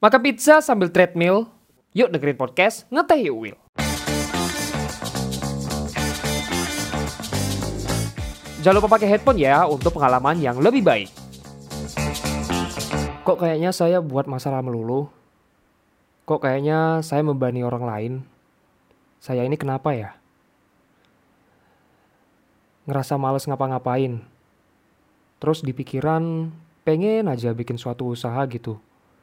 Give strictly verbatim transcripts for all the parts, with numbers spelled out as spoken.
Makan pizza sambil treadmill, yuk dengerin podcast Ngeteh Yuk Will. Jangan lupa pakai headphone ya untuk pengalaman yang lebih baik. Kok kayaknya saya buat masalah melulu? Kok kayaknya saya membebani orang lain? Saya ini kenapa ya? Ngerasa males ngapa-ngapain. Terus di pikiran pengen aja bikin suatu usaha gitu.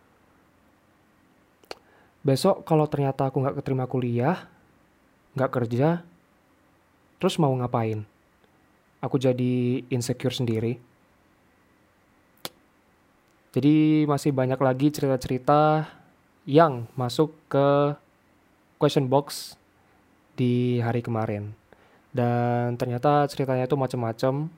Besok kalau ternyata aku gak keterima kuliah, gak kerja, terus mau ngapain? Aku jadi insecure sendiri. Jadi masih banyak lagi cerita-cerita yang masuk ke question box di hari kemarin. Dan ternyata ceritanya itu macam-macam.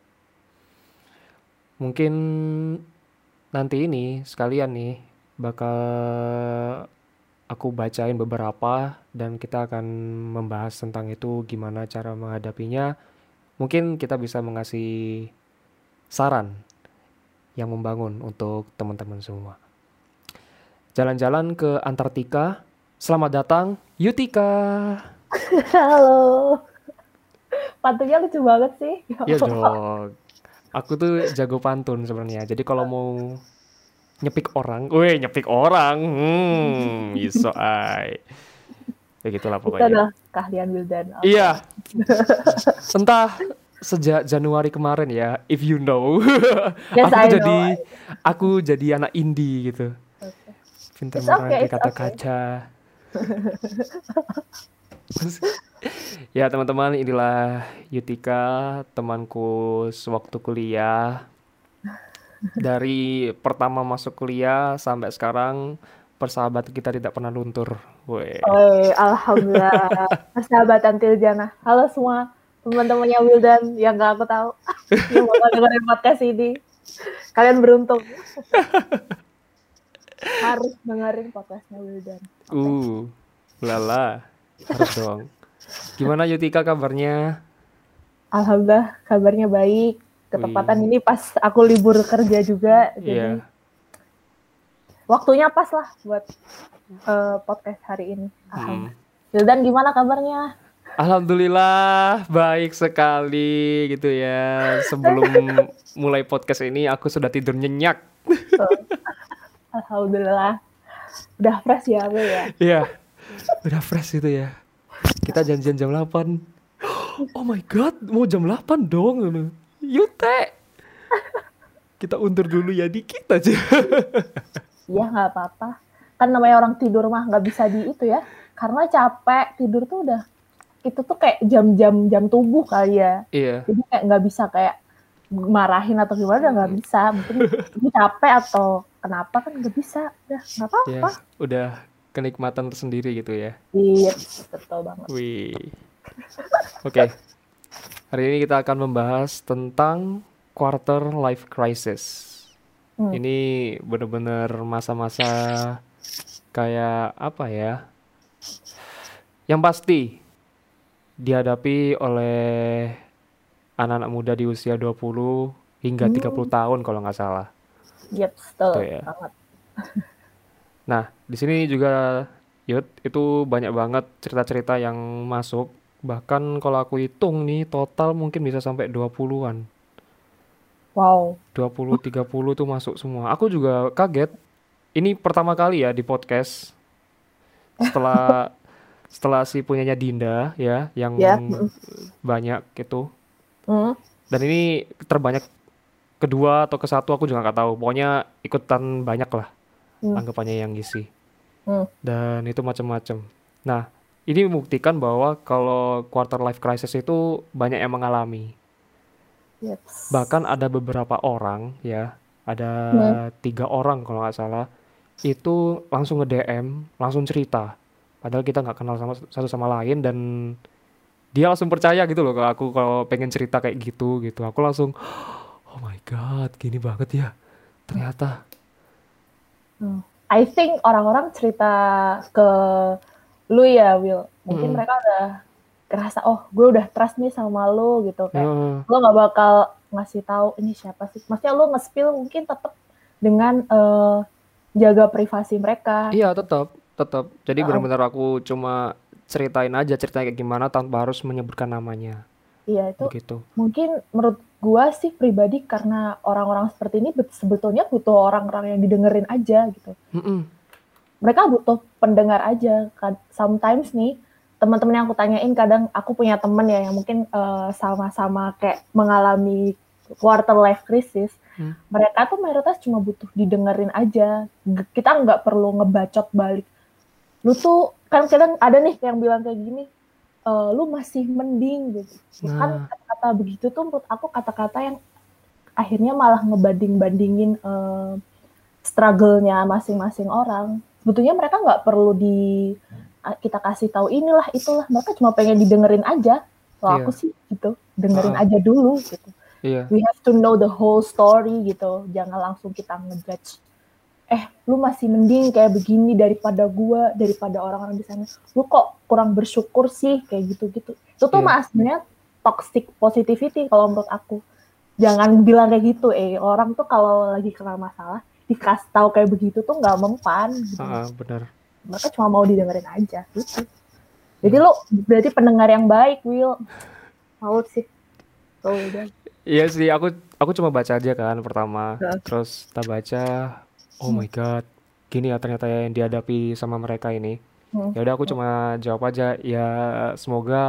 Mungkin nanti ini sekalian nih bakal aku bacain beberapa dan kita akan membahas tentang itu gimana cara menghadapinya. Mungkin kita bisa mengasih saran yang membangun untuk teman-teman semua. Jalan-jalan ke Antartika. Selamat datang Yutika. Halo. Pantunnya lucu banget sih. Ya dong. Aku tuh jago pantun sebenarnya. Jadi kalau mau nyepik orang, weh nyepik orang, hmm, iso ay. Ya gitulah pokoknya. Itu adalah keahlian Wildan. Okay. Iya. Entah sejak Januari kemarin ya, if you know. Yes, aku I jadi know. aku jadi anak indie gitu. Okay. Pintar It's merangkai okay, it's kata-kata. Ya teman-teman, inilah Yutika, temanku sewaktu kuliah. Dari pertama masuk kuliah sampai sekarang persahabatan kita tidak pernah luntur. Woi, alhamdulillah. Persahabatan Tiljana. Halo semua teman-temannya Wildan yang gak aku tahu yang bakal dengerin podcast ini. Kalian beruntung. Harus dengerin podcastnya Wildan. Okay. Uh, lala, harus dong. Gimana Yutika kabarnya? Alhamdulillah kabarnya baik. Ketepatan Wih. Ini pas aku libur kerja juga, jadi yeah. waktunya pas lah buat uh, podcast hari ini. Alhamdulillah. Hmm. Wildan gimana kabarnya? Alhamdulillah baik sekali gitu ya. Sebelum mulai podcast ini aku sudah tidur nyenyak. Oh. Alhamdulillah. Udah fresh ya, Will ya? Iya. Udah fresh gitu ya. Kita janjian jam delapan. Oh my god, mau jam delapan dong. Yute. Kita undur dulu ya dikit aja. Iya nggak apa-apa. Kan namanya orang tidur mah nggak bisa di itu ya. Karena capek tidur tuh udah itu tuh kayak jam-jam jam tubuh kali ya. Iya. Jadi kayak nggak bisa kayak marahin atau gimana udah nggak bisa. Mungkin ini capek atau kenapa kan nggak bisa. Udah nggak apa-apa. Yes, udah kenikmatan tersendiri gitu ya. Iya, betul banget. Wih. Oke. Okay. Hari ini kita akan membahas tentang quarter life crisis. Hmm. Ini benar-benar masa-masa kayak apa ya? Yang pasti dihadapi oleh anak-anak muda di usia dua puluh hingga hmm. tiga puluh tahun kalau nggak salah. Yep, betul ya. Banget. Nah, di sini juga Yud, itu banyak banget cerita-cerita yang masuk. Bahkan kalau aku hitung nih, total mungkin bisa sampai dua puluhan. Wow. dua puluh, tiga puluh tuh masuk semua. Aku juga kaget. Ini pertama kali ya di podcast. Setelah setelah si punyanya Dinda ya, yang yeah. banyak gitu. Mm. Dan ini terbanyak kedua atau ke satu aku juga nggak tahu. Pokoknya ikutan banyak lah. Mm. Anggapannya yang ngisi. Mm. Dan itu macam-macam. Nah, ini membuktikan bahwa kalau quarter life crisis itu banyak yang mengalami. Yep. Bahkan ada beberapa orang ya, ada hmm. tiga orang kalau nggak salah, itu langsung nge-D M, langsung cerita. Padahal kita nggak kenal sama satu sama lain dan dia langsung percaya gitu loh kalau aku kalau pengen cerita kayak gitu gitu. Aku langsung, oh my god, gini banget ya, ternyata. I think orang-orang cerita ke lu ya Will, mungkin hmm. mereka udah kerasa oh gue udah trust nih sama lu gitu kayak uh. gue nggak bakal ngasih tahu ini siapa sih, maksudnya lu nge-spill mungkin tetap dengan uh, jaga privasi mereka. Iya, tetap, tetap. Jadi Uh-uh. benar-benar aku cuma ceritain aja ceritanya kayak gimana tanpa harus menyebutkan namanya. Iya, itu begitu. Mungkin menurut gua sih pribadi karena orang-orang seperti ini sebetulnya butuh orang-orang yang didengerin aja gitu. Mm-mm. Mereka butuh pendengar aja. Sometimes nih teman-teman yang aku tanyain, kadang aku punya teman ya yang mungkin uh, sama-sama kayak mengalami quarter life crisis. Hmm. Mereka tuh mayoritas cuma butuh didengerin aja. Kita nggak perlu ngebacot balik. Lu tuh kan kadang ada nih yang bilang kayak gini, e, lu masih mending gitu. Nah. Kan kata-kata begitu tuh menurut aku kata-kata yang akhirnya malah ngebanding-bandingin uh, struggle-nya masing-masing orang. Sebetulnya mereka nggak perlu di kita kasih tahu inilah itulah, mereka cuma pengen didengerin aja. Kalau yeah. aku sih gitu, dengerin uh. aja dulu gitu. Yeah. We have to know the whole story gitu. Jangan langsung kita ngejudge. Eh, lu masih mending kayak begini daripada gua, daripada orang-orang di sana. Lu kok kurang bersyukur sih kayak gitu-gitu. Itu tuh yeah. maksudnya toxic positivity kalau menurut aku. Jangan bilang kayak gitu, eh orang tuh kalau lagi kena masalah dikasih tahu kayak begitu tuh nggak mempan. Gitu. Uh, benar. Mereka cuma mau didengerin aja gitu. Jadi hmm. lu berarti pendengar yang baik, Will. Mau sih. Oh, udah. Iya sih, aku aku cuma baca aja kan pertama, uh. terus tak baca, oh hmm. my god, gini ya ternyata yang dihadapi sama mereka ini. Hmm. Ya udah aku cuma jawab aja, ya semoga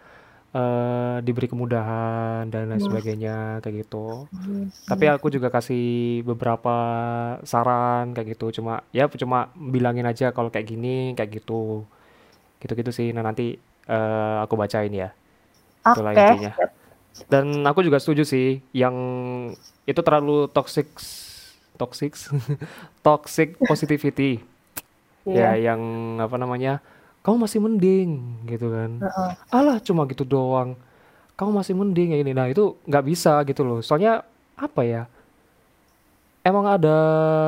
uh, diberi kemudahan dan lain hmm. sebagainya kayak gitu. Hmm. Tapi aku juga kasih beberapa saran kayak gitu, cuma ya cuma bilangin aja kalau kayak gini, kayak gitu, gitu-gitu sih. Nah nanti uh, aku bacain ya. Itulah okay. intinya. Dan aku juga setuju sih yang itu terlalu toxic toxic toxic positivity. Yeah. Ya yang apa namanya? Kamu masih mending gitu kan. Uh-uh. Alah cuma gitu doang. Kamu masih mending kayak ini. Nah, itu nggak bisa gitu loh. Soalnya apa ya? Emang ada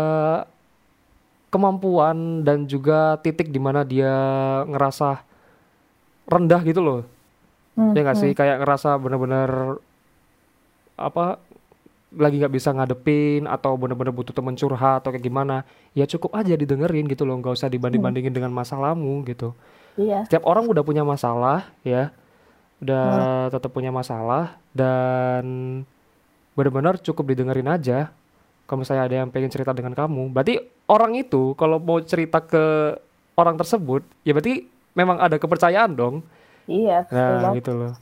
kemampuan dan juga titik di mana dia ngerasa rendah gitu loh. Hmm, ya nggak hmm. sih, kayak ngerasa bener-bener apa lagi nggak bisa ngadepin atau bener-bener butuh temen curhat atau kayak gimana, ya cukup aja didengerin gitu loh, nggak usah dibanding-bandingin hmm. dengan masalahmu gitu. Iya. Setiap orang udah punya masalah ya, udah hmm. tetap punya masalah dan bener-bener cukup didengerin aja. Kalau misalnya ada yang pengen cerita dengan kamu, berarti orang itu kalau mau cerita ke orang tersebut, ya berarti memang ada kepercayaan dong. Iya, nah gitu loh.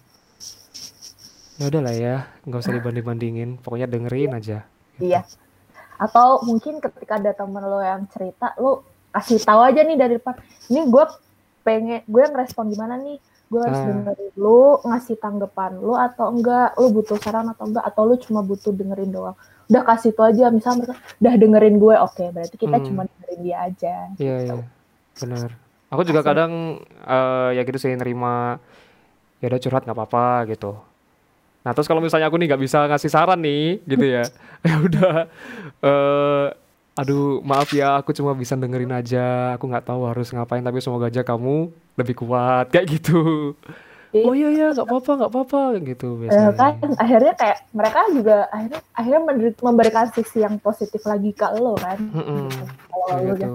Ya udahlah ya, nggak usah dibanding-bandingin, pokoknya dengerin aja. Gitu. Iya. Atau mungkin ketika ada temen lo yang cerita, lo kasih tahu aja nih dari depan. Ini gue pengen, gue ngerespon gimana nih? Gue harus nah. dengerin lo, ngasih tanggapan lo atau enggak? Lo butuh saran atau enggak? Atau lo cuma butuh dengerin doang? Udah kasih itu aja, misalnya mereka udah dengerin gue, oke, okay, berarti kita hmm. cuma dengerin dia aja. Iya, gitu. Iya, benar. Aku juga Asal. kadang uh, ya gitu sih nerima ya udah curhat nggak apa-apa gitu. Nah terus kalau misalnya aku nih nggak bisa ngasih saran nih gitu ya, ya udah, uh, aduh maaf ya aku cuma bisa dengerin aja, aku nggak tahu harus ngapain tapi semoga aja kamu lebih kuat kayak gitu. Oh iya ya nggak apa-apa nggak apa-apa gitu biasanya. Kan akhirnya kayak mereka juga akhirnya akhirnya memberikan sisi yang positif lagi ke lo kan. Gitu. Kalau lo gitu.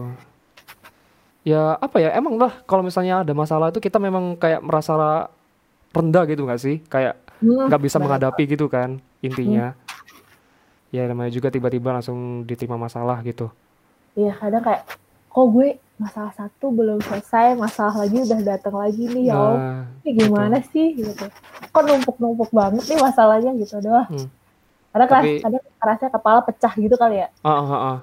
Ya apa ya emang lah kalau misalnya ada masalah itu kita memang kayak merasa rendah gitu nggak sih, kayak nggak hmm, bisa menghadapi gitu kan intinya. Hmm. Ya namanya juga tiba-tiba langsung diterima masalah gitu. Iya kadang kayak kok gue masalah satu belum selesai, masalah lagi udah datang lagi nih ya om, nah, ini gimana gitu. sih gitu, kok numpuk-numpuk banget nih masalahnya gitu doang. Hmm. Kadang Tapi, kadang rasanya kepala pecah gitu kali ya. Uh, uh, uh.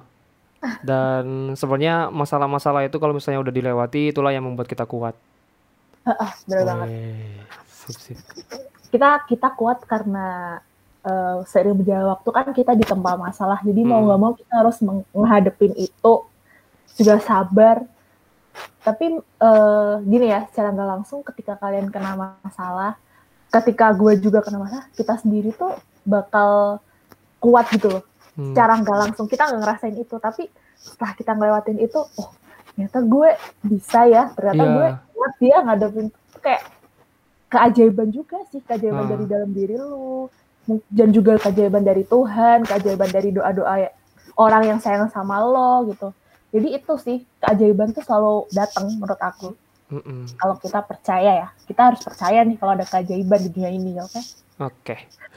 Dan sebenarnya masalah-masalah itu kalau misalnya udah dilewati itulah yang membuat kita kuat. Heeh, benar banget. Sip, sip. Kita kita kuat karena uh, seiring berjalan waktu kan kita ditempa masalah. Jadi hmm. mau nggak mau kita harus menghadapin itu juga sabar. Tapi uh, gini ya, secara nggak langsung ketika kalian kena masalah, ketika gue juga kena masalah, kita sendiri tuh bakal kuat gitu loh. Hmm. Secara nggak langsung kita nggak ngerasain itu, tapi setelah kita ngelewatin itu, oh ternyata gue bisa ya, ternyata yeah. gue kuat dia ngadepin itu, kayak keajaiban juga sih, keajaiban uh. dari dalam diri lu, dan juga keajaiban dari Tuhan, keajaiban dari doa-doa orang yang sayang sama lo gitu. Jadi itu sih, keajaiban tuh selalu datang menurut aku. Mm-mm. Kalau kita percaya ya, kita harus percaya nih kalau ada keajaiban di dunia ini, oke? Okay? Oke. Okay.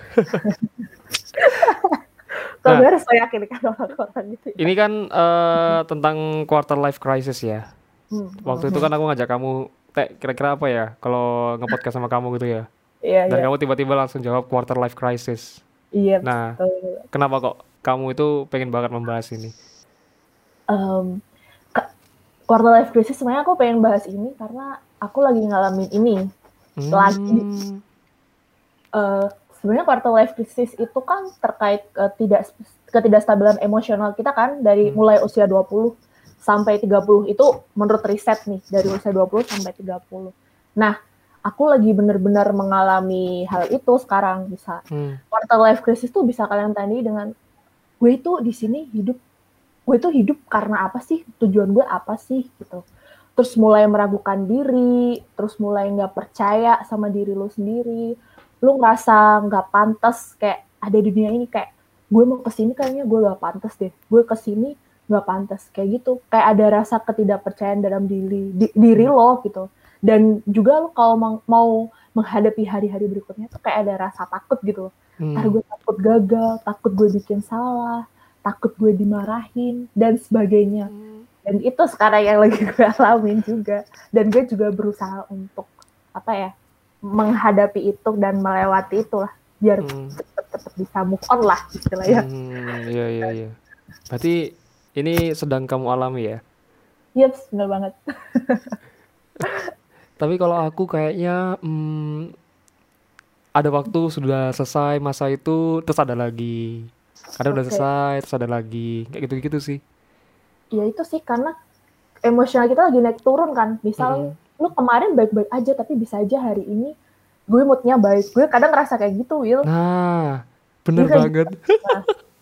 Kalau gue harus yakin kan orang-orang gitu ya. Ini kan uh, tentang quarter life crisis ya. Hmm. Waktu hmm. itu kan aku ngajak kamu, Teh, kira-kira apa ya kalau nge-podcast sama kamu gitu ya. Iya, Dan iya. kamu tiba-tiba langsung jawab quarter life crisis. Iya, nah, betul. Kenapa kok kamu itu pengen banget membahas ini? Um, quarter life crisis sebenarnya aku pengen bahas ini karena aku lagi ngalamin ini. Hmm. Lagi. Uh, sebenarnya quarter life crisis itu kan terkait ketidak ketidakstabilan emosional kita kan dari hmm. mulai usia dua puluh sampai tiga puluh itu menurut riset nih dari usia dua puluh sampai tiga puluh. Nah, aku lagi benar-benar mengalami hal itu sekarang bisa. Hmm. Quarter life crisis tuh bisa kalian tandai dengan gue itu di sini hidup, gue itu hidup karena apa sih? Tujuan gue apa sih gitu. Terus mulai meragukan diri, terus mulai nggak percaya sama diri lu sendiri. Lu ngerasa nggak pantas kayak ada di dunia ini kayak gue mau kesini kayaknya gue nggak pantas deh. Gue kesini nggak pantas kayak gitu. Kayak ada rasa ketidakpercayaan dalam diri di, diri lo gitu. Dan juga lo kalau mau, mau menghadapi hari-hari berikutnya tuh kayak ada rasa takut gitu. Hmm. Ntar gue takut gagal, takut gue bikin salah, takut gue dimarahin, dan sebagainya. Hmm. Dan itu sekarang yang lagi gue alamin juga. Dan gue juga berusaha untuk, apa ya, menghadapi itu dan melewati itu lah. Biar hmm. cepet-cepet bisa move on lah istilahnya. Hmm, iya, iya, iya. Berarti ini sedang kamu alami ya? Iya, yes, benar banget. Tapi kalau aku kayaknya hmm, ada waktu sudah selesai masa itu terus ada lagi. Kadang okay. udah selesai terus ada lagi. Kayak gitu-gitu sih. Ya itu sih karena emosional kita lagi naik turun kan. Misal mm-hmm. lu kemarin baik-baik aja tapi bisa aja hari ini gue moodnya baik. Gue kadang ngerasa kayak gitu, Will. Nah, bener Iya banget. Gitu. Nah.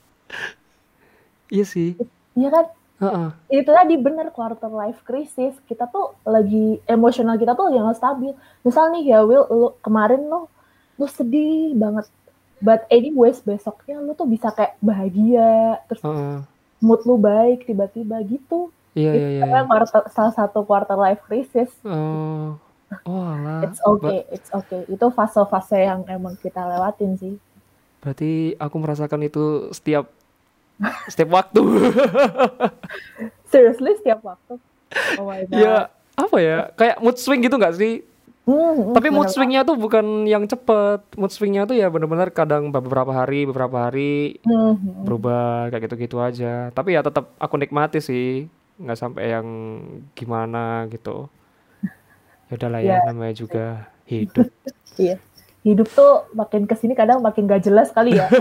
Iya sih. Iya kan? Uh-uh. Itu tadi bener quarter life crisis. Kita tuh lagi emosional kita tuh lagi nggak stabil. Misal nih ya Will, lu kemarin lu lu sedih banget. But anyways besoknya lu tuh bisa kayak bahagia, terus uh-uh. mood lu baik tiba-tiba gitu. Iya itu iya iya. Quarter, salah satu quarter life crisis. Oh, oh alah. It's okay, But, it's okay. Itu fase-fase yang emang kita lewatin sih. Berarti aku merasakan itu setiap setiap waktu. Seriously setiap waktu. Oh my God. Ya apa ya? Kayak mood swing gitu nggak sih? Hmm, Tapi mood swingnya tuh bukan yang cepet. Mood swingnya tuh ya benar-benar kadang beberapa hari, beberapa hari hmm. berubah kayak gitu-gitu aja. Tapi ya tetap aku nikmati sih, nggak sampai yang gimana gitu. Ya udahlah ya, yeah. namanya juga hidup. Iya, hidup tuh makin kesini kadang makin gak jelas kali ya.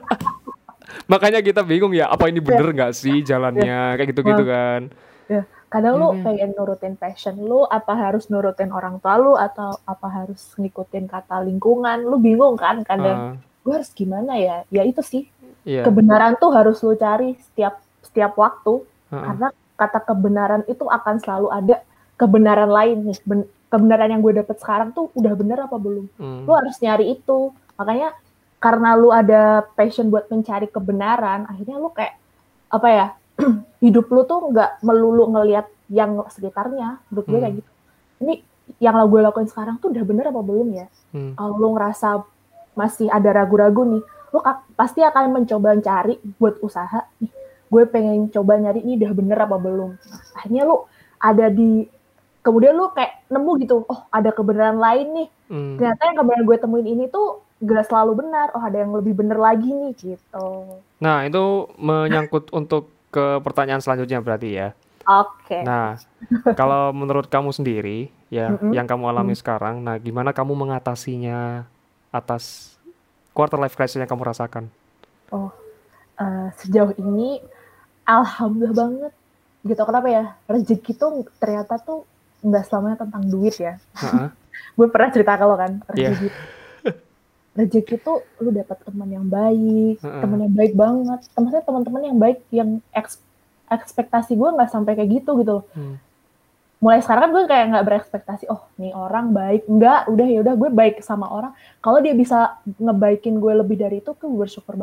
Makanya kita bingung ya, apa ini bener nggak yeah. sih jalannya yeah. kayak gitu-gitu kan? Ya, kadang yeah. lu pengen nurutin passion lu, apa harus nurutin orang tua lu, atau apa harus ngikutin kata lingkungan, lu bingung kan kadang. Uh. Gue harus gimana ya? Ya itu sih, yeah. kebenaran tuh harus lu cari setiap setiap waktu, uh. karena kata kebenaran itu akan selalu ada kebenaran lain nih. Ben- kebenaran yang gue dapet sekarang tuh udah bener apa belum? Hmm. Lu harus nyari itu, makanya karena lu ada passion buat mencari kebenaran, akhirnya lu kayak apa ya? Hidup lu tuh nggak melulu ngelihat yang sekitarnya, menurut gue hmm. kayak gitu. Ini yang gue lakuin sekarang tuh udah bener apa belum ya? Hmm. Kalau lu ngerasa masih ada ragu-ragu nih, lu ka- pasti akan mencoba cari buat usaha nih. Gue pengen coba nyari ini udah bener apa belum. Akhirnya lu ada di, kemudian lu kayak nemu gitu, oh ada kebenaran lain nih. Hmm. Ternyata yang kebenaran gue temuin ini tuh gak selalu benar, oh ada yang lebih bener lagi nih gitu. Nah itu menyangkut untuk ke pertanyaan selanjutnya berarti ya. Oke. Okay. Nah, kalau menurut kamu sendiri ya, mm-hmm. yang kamu alami mm-hmm. sekarang, nah gimana kamu mengatasinya atas quarter life crisis yang kamu rasakan? Oh, uh, sejauh ini alhamdulillah banget. Gitu, kenapa ya? Rezeki tuh ternyata tuh nggak selamanya tentang duit ya. Uh-huh. Gue pernah cerita ke lo kan, rezeki. Yeah. Rezeki tuh lu dapat teman yang baik, uh-uh. teman yang baik banget. Teman-teman teman-teman yang baik yang eks, ekspektasi gue nggak sampai kayak gitu gitu. Hmm. Mulai sekarang kan gue kayak nggak berekspektasi, oh nih orang baik, enggak, udah ya udah gue baik sama orang. Kalau dia bisa ngebaikin gue lebih dari itu, gue bersyukur banget.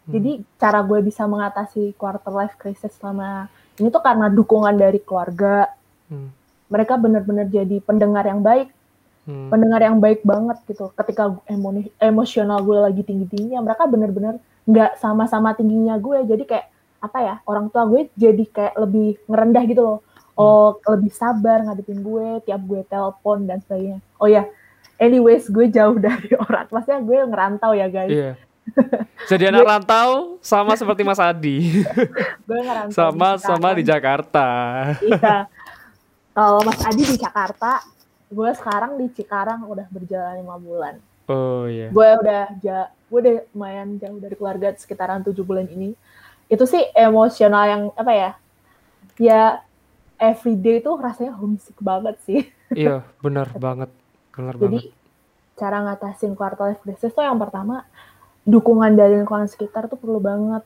Jadi cara gue bisa mengatasi quarter life crisis selama ini tuh karena dukungan dari keluarga. Hmm. Mereka benar-benar jadi pendengar yang baik. Hmm. Pendengar yang baik banget gitu. Ketika emo- emosional gue lagi tinggi-tingginya, mereka benar-benar nggak sama-sama tingginya gue. Jadi kayak apa ya, orang tua gue jadi kayak lebih ngerendah gitu loh. Oh, hmm. lebih sabar ngadepin gue tiap gue telepon dan sebagainya. Oh ya, anyways gue jauh dari orang. Maksudnya gue ngerantau ya guys. Iya. Jadi anak rantau sama seperti Mas Adi. Gue ngerantau sama di sama di Jakarta. Iya. Kalau Mas Adi di Jakarta, gue sekarang di Cikarang udah berjalan lima bulan. Oh iya. Gue udah ja, gue udah lumayan jauh dari keluarga sekitaran tujuh bulan ini. Itu sih emosional yang apa ya? Ya everyday tuh rasanya homesick banget sih. Iya, benar banget. Benar Jadi, banget. cara ngatasin quarter life crisis tuh yang pertama, dukungan dari lingkungan sekitar tuh perlu banget.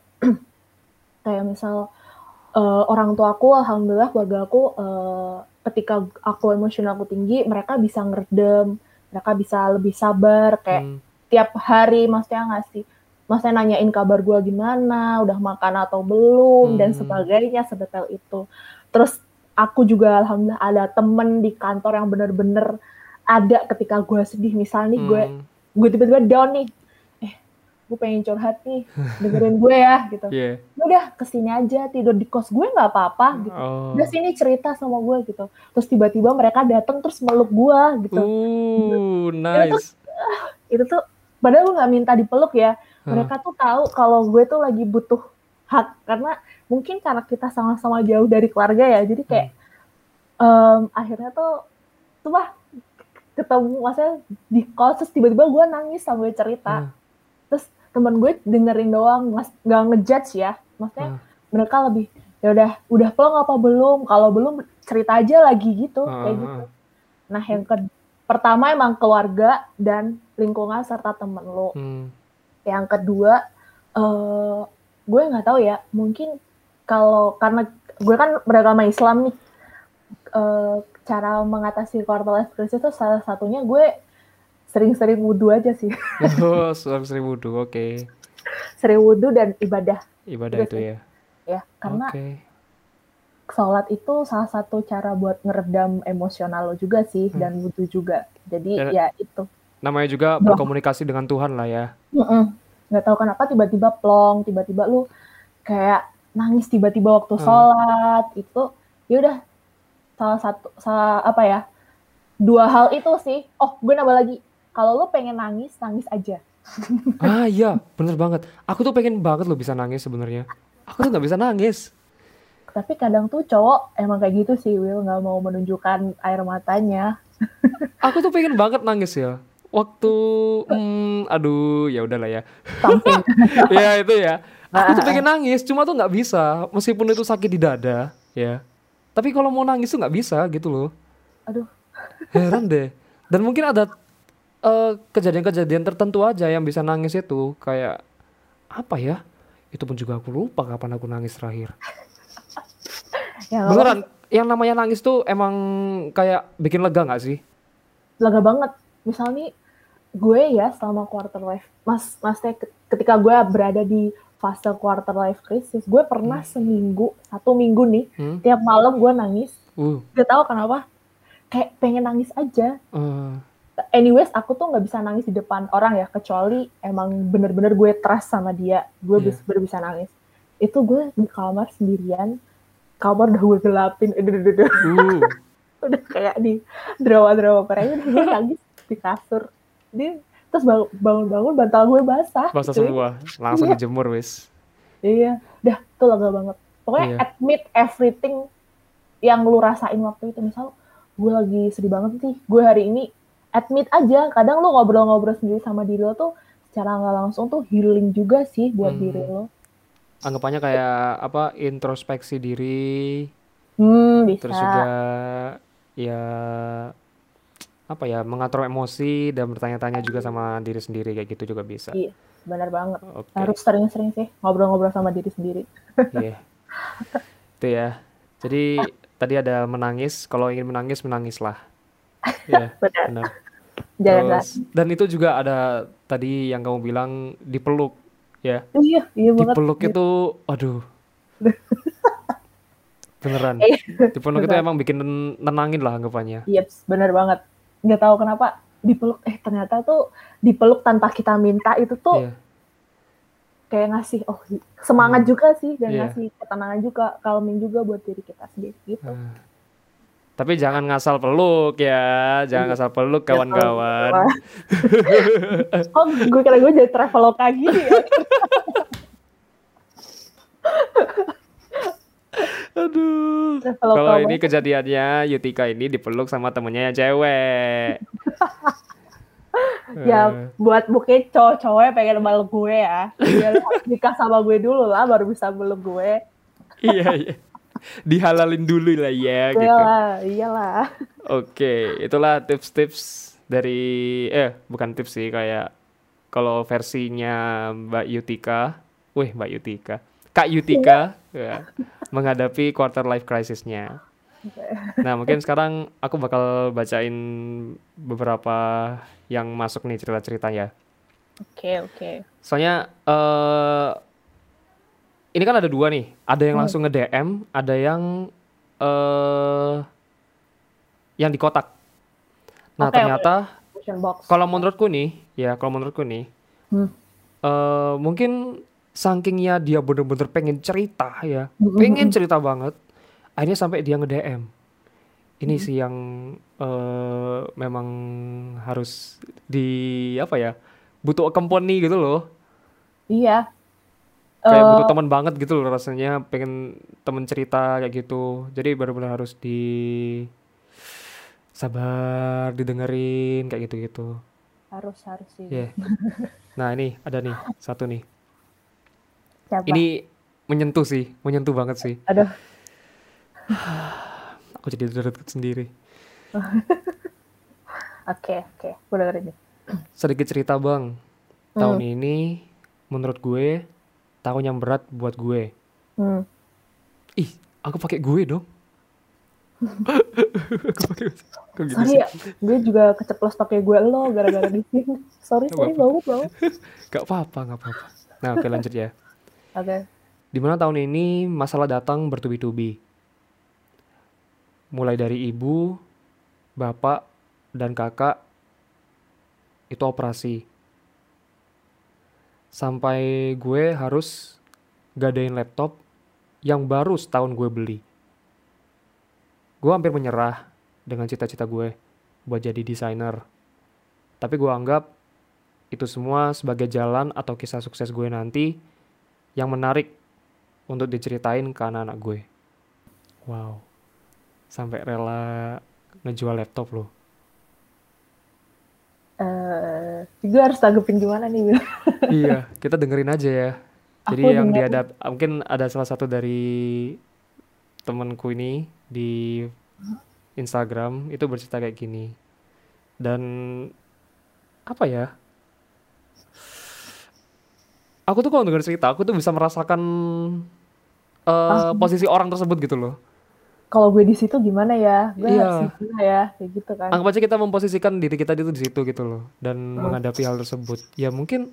Kayak misal uh, orang tua aku, alhamdulillah keluarga aku uh, ketika aku emosional aku tinggi, mereka bisa ngeredem, mereka bisa lebih sabar, kayak hmm. tiap hari maksudnya ngasih, maksudnya nanyain kabar gue gimana, udah makan atau belum, hmm. dan sebagainya, sedetail itu. Terus aku juga alhamdulillah ada temen di kantor yang bener-bener ada ketika gue sedih, misalnya nih gue hmm. gue tiba-tiba down nih, eh gue pengen curhat nih, dengerin gue ya gitu. Yeah. Udah kesini aja, tidur di kos gue nggak apa-apa gitu. Oh. Udah sini cerita sama gue gitu. Terus tiba-tiba mereka datang terus meluk gue gitu. Uh, nice. Itu tuh, itu tuh padahal gue nggak minta dipeluk ya. Mereka huh. tuh tahu kalau gue tuh lagi butuh hak, karena mungkin karena kita sama-sama jauh dari keluarga ya. Jadi kayak hmm. um, akhirnya tuh tuh bah ketemu maksudnya di kos terus tiba-tiba gue nangis sambil cerita. Hmm. Terus temen gue dengerin doang, mas nggak ngejudge ya, maksudnya hmm. mereka lebih ya udah udah pelong apa belum, kalau belum cerita aja lagi gitu hmm. kayak gitu. Nah yang ke pertama emang keluarga dan lingkungan serta temen lo. Hmm. Yang kedua uh, gue nggak tahu ya, mungkin kalau karena gue kan beragama Islam nih, uh, cara mengatasi quarter life crisis itu salah satunya gue sering-sering wudhu aja sih. Oh, sering wudhu, oke. Okay. Sering wudhu dan ibadah. Ibadah itu ya? Ya, karena okay. sholat itu salah satu cara buat ngeredam emosional lo juga sih, hmm. dan wudhu juga. Jadi dan ya itu. Namanya juga Duh. berkomunikasi dengan Tuhan lah ya. Mm-mm. Nggak tahu kenapa tiba-tiba plong, tiba-tiba lu kayak nangis tiba-tiba waktu hmm. sholat, itu ya udah salah satu, salah apa ya, dua hal itu sih. Oh, gue nambah lagi. Kalau lo pengen nangis, nangis aja. Ah iya, bener banget. Aku tuh pengen banget lo bisa nangis sebenarnya. Aku tuh nggak bisa nangis. Tapi kadang tuh cowok emang kayak gitu sih, Will, nggak mau menunjukkan air matanya. Aku tuh pengen banget nangis ya. Waktu, hmm, aduh, ya udahlah ya. Ya itu ya. Aku tuh pengen nangis, cuma tuh nggak bisa. Meskipun itu sakit di dada, ya. Tapi kalau mau nangis tuh nggak bisa gitu loh. Aduh. Heran deh. Dan mungkin ada Uh, kejadian-kejadian tertentu aja yang bisa nangis itu, kayak apa ya, itu pun juga aku lupa kapan aku nangis terakhir. Ya, beneran apa? Yang namanya nangis tuh emang kayak bikin lega gak sih? Lega banget. Misalnya gue ya selama quarter life, mas, maksudnya ketika gue berada di fase quarter life crisis, gue pernah hmm. seminggu, satu minggu nih, hmm? tiap malam gue nangis. Uh. Gak tahu kenapa, kayak pengen nangis aja. Uh. Anyways, aku tuh nggak bisa nangis di depan orang ya, kecuali emang bener-bener gue trust sama dia, gue yeah. bisa bisa nangis. Itu gue di kamar sendirian, kamar udah gue gelapin, uh. udah kayak di drama-drama Korea, gue nangis di kasur. Dia terus bangun-bangun bantal gue basah. Basah semua, langsung iya. dijemur wis. Iya, dah tuh lega banget. Pokoknya iya. admit everything yang lu rasain waktu itu. Misal gue lagi sedih banget sih, gue hari ini admit aja, kadang lo ngobrol-ngobrol sendiri sama diri lo tuh secara nggak langsung tuh healing juga sih buat hmm. diri lo. Anggapannya kayak apa, introspeksi diri, hmm, bisa. Terus juga ya apa ya, mengatur emosi dan bertanya-tanya juga sama diri sendiri, kayak gitu juga bisa. Iya, benar banget. Okay. Harus sering-sering sih ngobrol-ngobrol sama diri sendiri. Iya, yeah. Itu ya. Jadi tadi ada menangis, kalau ingin menangis menangislah. Iya, benar. benar. Terus, dan itu juga ada tadi yang kamu bilang dipeluk. ya. Iya, iya banget. Dipeluk itu, aduh. Beneran. Eh, Dipeluk itu bener. emang bikin nenangin lah anggapannya. Iya, bener banget. Nggak tahu kenapa dipeluk, eh ternyata tuh dipeluk tanpa kita minta itu tuh Iya. kayak ngasih oh semangat Hmm. juga sih dan Iya. ngasih ketenangan juga, calming juga buat diri kita sendiri gitu. Hmm. Tapi jangan ngasal peluk ya, jangan ngasal peluk Ya, kawan-kawan. Oh, gue kira gue jadi traveloka gini ya. Aduh. Traveloka Kalau ini banget. kejadiannya Yutika ini dipeluk sama temennya yang cewek. Ya Eh, buat mungkin cowok-cowoknya pengen meluk gue ya. Dia harus nikah sama gue dulu lah baru bisa meluk gue. iya iya. Dihalalin dulu lah ya gitu. Iyalah, iyalah. Oke, itulah tips-tips dari eh bukan tips sih kayak kalau versinya Mbak Yutika, wih Mbak Yutika, Kak Yutika ya, menghadapi quarter life crisis-nya. Nah, mungkin sekarang aku bakal bacain beberapa yang masuk nih cerita-ceritanya. Oke, oke. Soalnya eh ini kan ada dua nih, ada yang Hmm. langsung nge-D M, ada yang eh yang di kotak. Nah, Oke, ternyata Question box. kalau menurutku nih, ya kalau menurutku nih, Hmm. eh mungkin sakingnya dia bener-bener pengen cerita ya, Hmm, pengen hmm, cerita banget, akhirnya sampai dia nge-D M. Ini Hmm. sih yang eh memang harus di apa ya, butuh company gitu loh, Iya. kayak butuh Eh, teman banget gitu loh rasanya, pengen temen cerita kayak gitu. Jadi benar-benar harus di sabar didengerin kayak gitu-gitu. harus harus sih. Ya. Nah, ini ada nih satu nih. Siapa? Ini menyentuh sih, menyentuh banget sih. Aduh. Aku jadi deret sendiri. Oke, oke. Gue dengerin nih. Sedikit cerita bang. Tahun ini menurut gue tahun yang berat buat gue. Hmm. Ih, aku pakai gue dong. Aku pakai kok gitu Sorry sih? ya, gue juga keceplos pakai gue lo gara-gara di sini. Sorry, Gak sorry apa-apa. banget banget. Gak apa-apa, gak apa-apa. Nah, oke lanjut ya. Oke. Dimana tahun ini masalah datang bertubi-tubi. Mulai dari ibu, bapak, dan kakak itu operasi. Sampai gue harus gadain laptop yang baru setahun gue beli. Gue hampir menyerah dengan cita-cita gue buat jadi desainer. Tapi gue anggap itu semua sebagai jalan atau kisah sukses gue nanti yang menarik untuk diceritain ke anak-anak gue. Wow. Sampai rela ngejual laptop loh. Eh, gue harus tanggepin gimana nih, Bil? Iya, kita dengerin aja ya. Jadi Aku yang dengerin. dihadap mungkin ada salah satu dari temanku ini di Instagram itu bercerita kayak gini. Dan apa ya? Aku tuh kalau denger cerita, aku tuh bisa merasakan eh, Langsung, posisi orang tersebut gitu loh. kalau gue di situ gimana ya? Gue harus Iya, gimana ya? Kayak gitu kan. anggap aja kita memposisikan diri kita itu di situ gitu loh dan Hmm. menghadapi hal tersebut. Ya mungkin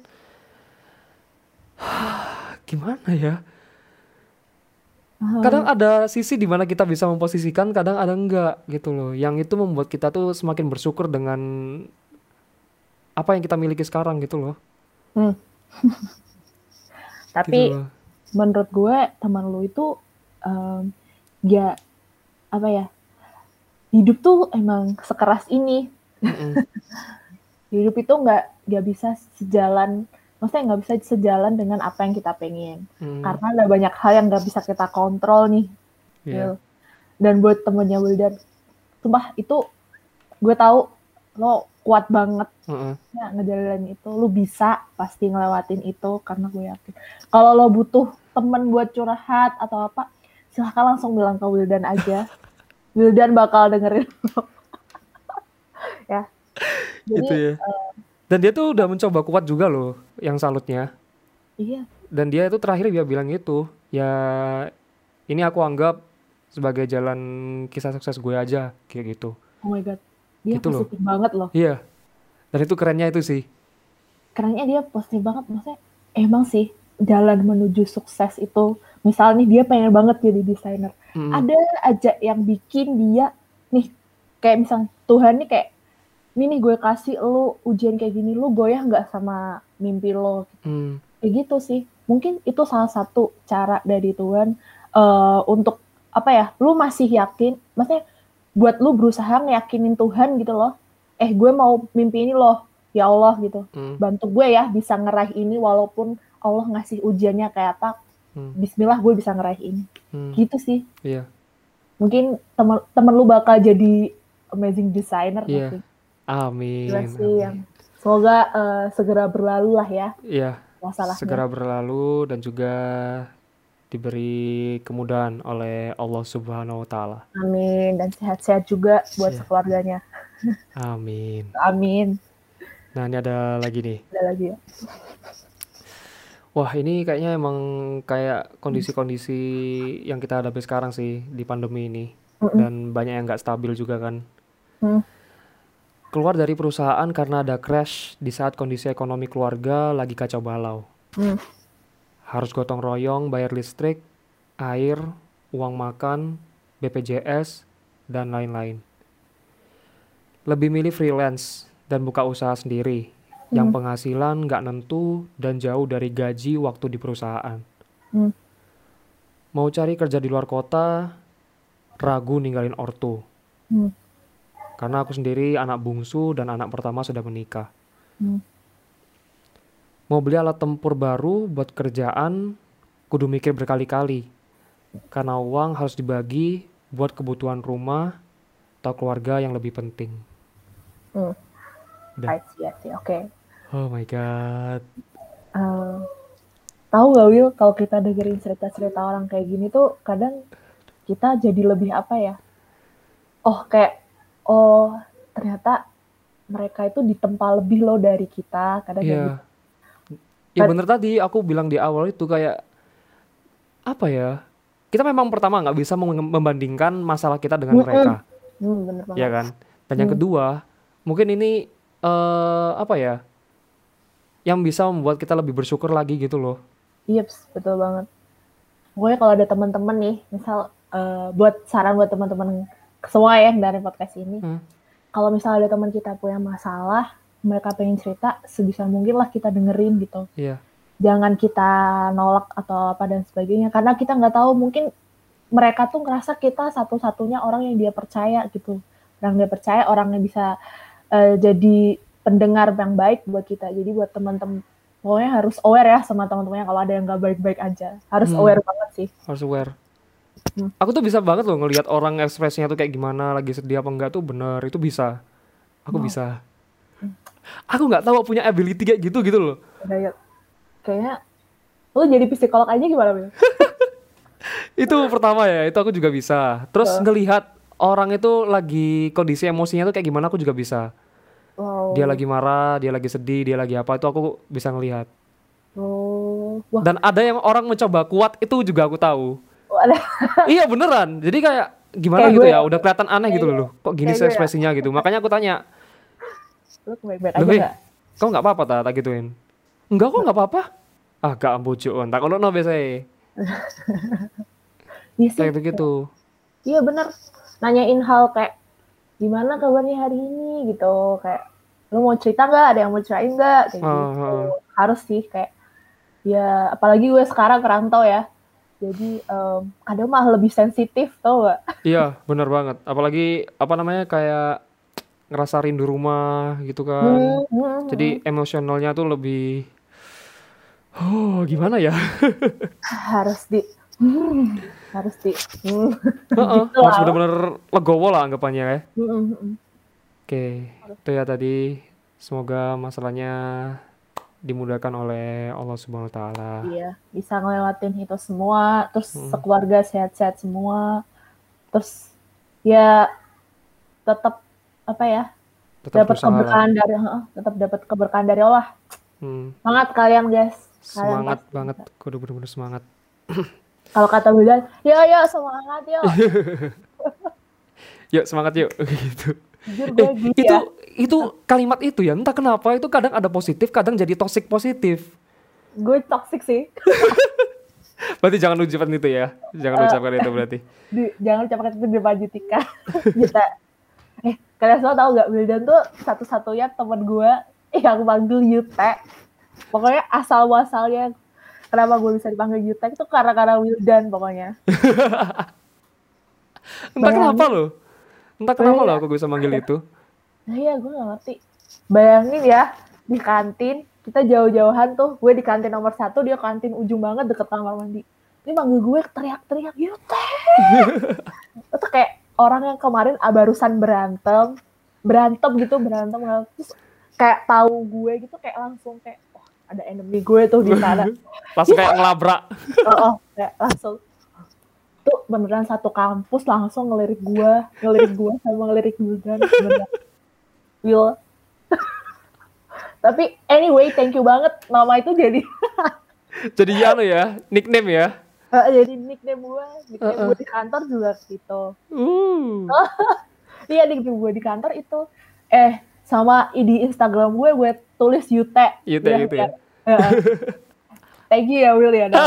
gimana ya? Kadang ada sisi di mana kita bisa memposisikan, kadang ada enggak gitu loh. Yang itu membuat kita tuh semakin bersyukur dengan apa yang kita miliki sekarang gitu loh. Hmm. Gitu Tapi loh. menurut gue teman lu itu em, ya apa ya? Hidup tuh emang sekeras ini. Mm-mm. Hidup itu nggak nggak bisa sejalan, maksudnya nggak bisa sejalan dengan apa yang kita pengen. Mm. Karena ada banyak hal yang nggak bisa kita kontrol nih. Iya. Bil. Dan buat temennya Wildan, sumpah itu gue tahu lo kuat banget Mm-mm. ya ngejalanin itu. Lo bisa pasti ngelewatin itu karena gue yakin. Kalau lo butuh temen buat curhat atau apa, silahkan langsung bilang ke Wildan aja. Wildan bakal dengerin lo. Ya. Jadi Gitu ya. Dan dia tuh udah mencoba kuat juga loh, yang salutnya. iya, Dan dia itu terakhir dia bilang itu, ya ini aku anggap sebagai jalan kisah sukses gue aja, kayak gitu. oh my god, dia Gitu loh. positif banget loh. Iya. Dan itu kerennya itu sih. Kerennya dia positif banget, maksudnya emang sih jalan menuju sukses itu, misalnya nih dia pengen banget jadi desainer, hmm. ada aja yang bikin dia nih kayak misalnya Tuhan nih kayak ini nih gue kasih lu ujian kayak gini, lu goyah nggak sama mimpi lo gitu. hmm. Kayak gitu sih, mungkin itu salah satu cara dari Tuhan uh, untuk apa ya, lu masih yakin, maksudnya buat lu berusaha ngeyakinin Tuhan gitu loh, eh gue mau mimpi ini loh ya Allah gitu, hmm. bantu gue ya bisa ngeraih ini walaupun Allah ngasih ujiannya kayak apa, hmm. Bismillah gue bisa ngeraih ini, hmm. gitu sih. Iya. Mungkin temen-temen lu bakal jadi amazing designer. Iya. Amin. Gila sih amin. Yang semoga uh, segera berlalu lah ya. Iya. Masalahnya. Segera berlalu dan juga diberi kemudahan oleh Allah Subhanahu Wa Taala. Amin, dan sehat-sehat juga buat yeah. sekeluarganya. Amin. Amin. Nah ini ada lagi nih. Ada lagi ya. Wah ini kayaknya emang kayak kondisi-kondisi yang kita hadapi sekarang sih di pandemi ini. Mm-mm. Dan banyak yang nggak stabil juga kan. Mm. Keluar dari perusahaan karena ada crash di saat kondisi ekonomi keluarga lagi kacau balau. Mm. Harus gotong royong, bayar listrik, air, uang makan, B P J S, dan lain-lain. Lebih milih freelance dan buka usaha sendiri, hmm. yang penghasilan nggak nentu dan jauh dari gaji waktu di perusahaan. Hmm. Mau cari kerja di luar kota, ragu ninggalin ortu. Hmm. Karena aku sendiri anak bungsu dan anak pertama sudah menikah. Hmm. Mau beli alat tempur baru buat kerjaan, kudu mikir berkali-kali. Karena uang harus dibagi buat kebutuhan rumah atau keluarga yang lebih penting. Hmm. I see, I see. Oke. Okay. Oh my god. Uh, tahu gak Will, kalau kita dengerin cerita-cerita orang kayak gini tuh kadang kita jadi lebih apa ya? Oh kayak, oh ternyata mereka itu ditempa lebih loh dari kita. Kadang yeah. gitu. Ya bener tadi aku bilang di awal itu kayak apa ya? Kita memang pertama nggak bisa membandingkan masalah kita dengan mm-hmm. mereka. Mm, bener banget. Ya kan? Dan mm. yang kedua, mungkin ini Uh, apa ya, yang bisa membuat kita lebih bersyukur lagi gitu loh. Iya, yep, betul banget. Pokoknya kalau ada teman-teman nih, misal uh, buat saran buat teman-teman semua ya dari podcast ini, hmm. kalau misalnya ada teman kita punya masalah, mereka pengen cerita, sebisa mungkin lah kita dengerin gitu. Iya. Yeah. Jangan kita nolak atau apa dan sebagainya, karena kita nggak tahu, mungkin mereka tuh ngerasa kita satu-satunya orang yang dia percaya gitu. Orang dia percaya, orang yang bisa Uh, jadi pendengar yang baik buat kita. Jadi buat teman-teman, pokoknya harus aware ya sama teman-temannya kalau ada yang nggak baik-baik aja. Harus hmm. aware banget sih. Harus aware. Hmm. Aku tuh bisa banget loh ngelihat orang ekspresinya tuh kayak gimana, lagi sedih apa enggak tuh bener. Itu bisa. Aku oh. bisa. Hmm. Aku nggak tahu punya ability kayak gitu gitu loh. Kayak, kayaknya lu jadi psikolog aja gimana Bil? Itu pertama ya, itu aku juga bisa. Terus oh. ngelihat orang itu lagi kondisi emosinya tuh kayak gimana aku juga bisa. Wow. Dia lagi marah, dia lagi sedih, dia lagi apa itu aku bisa ngelihat. Oh. Wah. Dan ada yang orang mencoba kuat itu juga aku tahu. Iya beneran. Jadi kayak gimana kayak gitu ya, udah kelihatan aneh gitu loh. Kok gini sih ekspresinya ya? Gitu. Makanya aku tanya. Lu baik-baik aja enggak? Kau enggak apa-apa ta, tak gituin. Enggak kok enggak apa-apa. Ah gak ambujuan. Tak kono biasa. Kayak gitu. Iya bener. Nanyain hal kayak gimana kabarnya hari ini gitu, kayak lu mau cerita nggak, ada yang mau ceritain nggak kayak uh, gitu uh. Harus sih kayak ya, apalagi gue sekarang kerantau ya, jadi um, kadang mah lebih sensitif tau gak? Iya benar banget, apalagi apa namanya kayak ngerasa rindu rumah gitu kan. hmm, hmm, jadi hmm. emosionalnya tuh lebih oh gimana ya. harus di Hmm, harus di hmm. uh-uh, gitu harus benar-benar legowo lah anggapannya ya. Mm-hmm. Oke, itu ya tadi. Semoga masalahnya dimudahkan oleh Allah Subhanahu Wa Taala. Iya, bisa ngelewatin itu semua, terus hmm. sekeluarga sehat-sehat semua, terus ya tetap apa ya, dapat keberkahan dari, uh, tetap dapat keberkahan dari Allah. Hmm. Semangat kalian guys. Kalian semangat pasti banget, kudu bener-bener semangat. Kalau kata Bilal, yuk yuk semangat yuk. Yuk semangat yuk gitu. Eh, itu ya? Itu kalimat itu ya entah kenapa itu kadang ada positif, kadang jadi toxic positif. gue toxic sih. Berarti jangan ucapkan itu ya. Jangan uh, ucapkan itu berarti. Di, jangan ucapkan itu di depan Jutika. Kita. Eh, kalian semua tahu gak? Wildan tuh satu-satunya teman gue yang panggil Yute. Pokoknya asal-muasalnya kenapa gue bisa dipanggil Yute itu karena-karena Wildan pokoknya. Entah kenapa loh. Entah kenapa loh aku bisa manggil itu. Nah iya, gue gak ngerti. Bayangin ya, di kantin, kita jauh-jauhan tuh. Gue di kantin nomor satu, dia kantin ujung banget deket kamar mandi. Ini manggil gue teriak-teriak, Yute! Itu kayak orang yang kemarin barusan berantem. Berantem gitu, berantem. Terus kayak tahu gue gitu, kayak langsung kayak, oh ada enemy gue tuh di sana. Langsung kayak ngelabrak. Oh, oh, kayak langsung. Tuh beneran satu kampus langsung ngelirik gue. Ngelirik gue sama ngelirik Wildan. Beneran. Will. Tapi anyway, thank you banget nama itu jadi jadi ya lo ya, nickname ya. Uh, jadi nickname gue, nickname uh-uh. gue di kantor juga gitu. Uh. Iya, nickname gue di kantor itu. Eh, sama di Instagram gue gue tulis Yute. Yute ya, gitu ya. ya. Uh, thank you ya Will ya.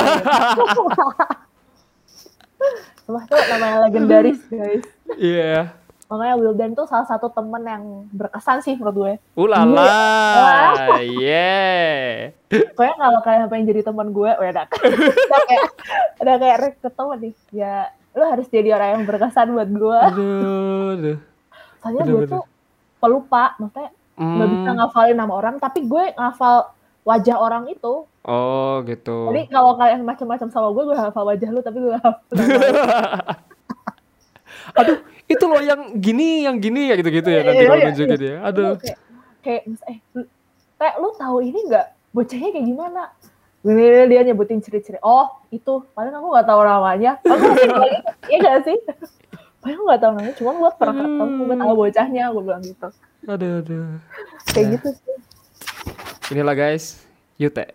Semua tuh namanya legendaris guys. Iya. Yeah. Makanya Wildan tuh salah satu temen yang berkesan sih menurut gue. Ulala, yeah. Pokoknya kalau kalian pengen jadi teman gue, udah udah kayak udah kayak ketemu nih. Ya, lu harus jadi orang yang berkesan buat gue. Aduh, aduh. Soalnya gue tuh pelupa, maksudnya nggak mm. bisa ngafalin nama orang, tapi gue ngafal wajah orang itu. Oh, gitu. Jadi kalau kalian macam-macam sama gue, gue hafal wajah lu, tapi gue hafal. Aduh, itu loh yang gini, yang gini ya gitu-gitu ya nanti kalau nunjukin dia. Aduh. Kayak, kayak eh, Teh, lu tahu ini nggak? Bocahnya kayak gimana? Gini dia nyebutin ciri-ciri. Oh, itu. Paling aku nggak tahu namanya. Aku iya nggak sih? Paling aku nggak tahu namanya. Cuman gue pernah ketemu, gue tahu bocahnya. Gue bilang gitu. Aduh, aduh. Kayak nah. gitu sih. Inilah guys, Yute.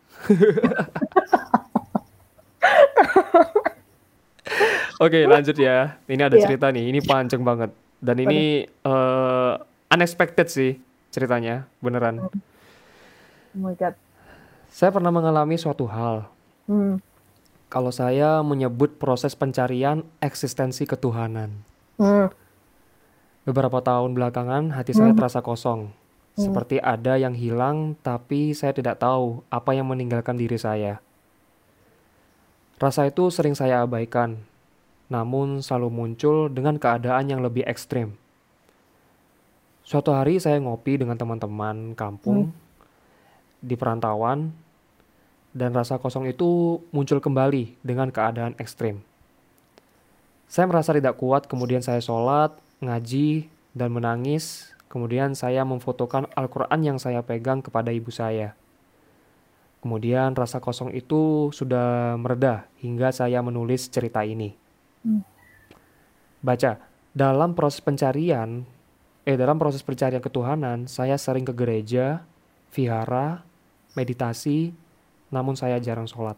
Oke, lanjut ya. Ini ada yeah. cerita nih. Ini panjang banget. Dan ini uh, unexpected sih ceritanya, beneran. Oh my God. Saya pernah mengalami suatu hal. Hmm. Kalau saya menyebut proses pencarian eksistensi ketuhanan. Hmm. Beberapa tahun belakangan hati hmm. saya terasa kosong. Hmm. Seperti ada yang hilang, tapi saya tidak tahu apa yang meninggalkan diri saya. Rasa itu sering saya abaikan. Namun selalu muncul dengan keadaan yang lebih ekstrim. Suatu hari saya ngopi dengan teman-teman kampung hmm. di perantauan, dan rasa kosong itu muncul kembali dengan keadaan ekstrim. Saya merasa tidak kuat, kemudian saya sholat, ngaji, dan menangis. Kemudian saya memfotokan Al-Quran yang saya pegang kepada ibu saya. Kemudian rasa kosong itu sudah mereda hingga saya menulis cerita ini. Hmm. Baca, dalam proses pencarian, eh dalam proses pencarian ketuhanan, saya sering ke gereja, vihara, meditasi, namun saya jarang sholat.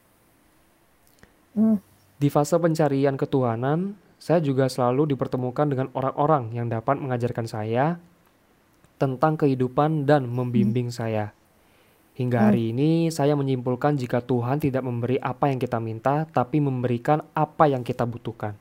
Hmm. Di fase pencarian ketuhanan, saya juga selalu dipertemukan dengan orang-orang yang dapat mengajarkan saya tentang kehidupan dan membimbing hmm. saya. Hingga hari hmm. ini saya menyimpulkan jika Tuhan tidak memberi apa yang kita minta, tapi memberikan apa yang kita butuhkan.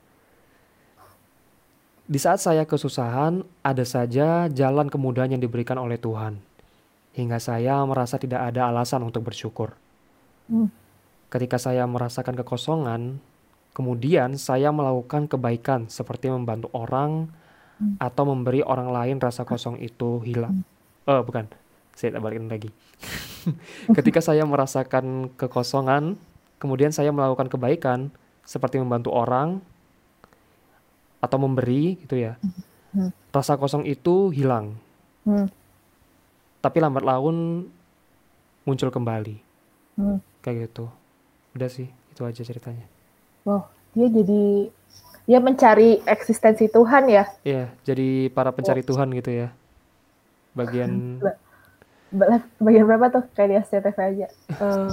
Di saat saya kesusahan, ada saja jalan kemudahan yang diberikan oleh Tuhan. Hingga saya merasa tidak ada alasan untuk bersyukur. Hmm. Ketika saya merasakan kekosongan, kemudian saya melakukan kebaikan seperti membantu orang hmm. atau memberi orang lain rasa kosong itu hilang. Hmm. Oh, bukan. Saya balikin lagi. Ketika saya merasakan kekosongan, kemudian saya melakukan kebaikan seperti membantu orang atau memberi gitu ya. Hmm. Rasa kosong itu hilang. Hmm. Tapi lambat laun muncul kembali. Hmm. Kayak gitu. Udah sih, itu aja ceritanya. Wow, dia jadi dia mencari eksistensi Tuhan ya? Iya, jadi para pencari oh. Tuhan gitu ya. Bagian bagian berapa tuh kayak di S C T V aja. um,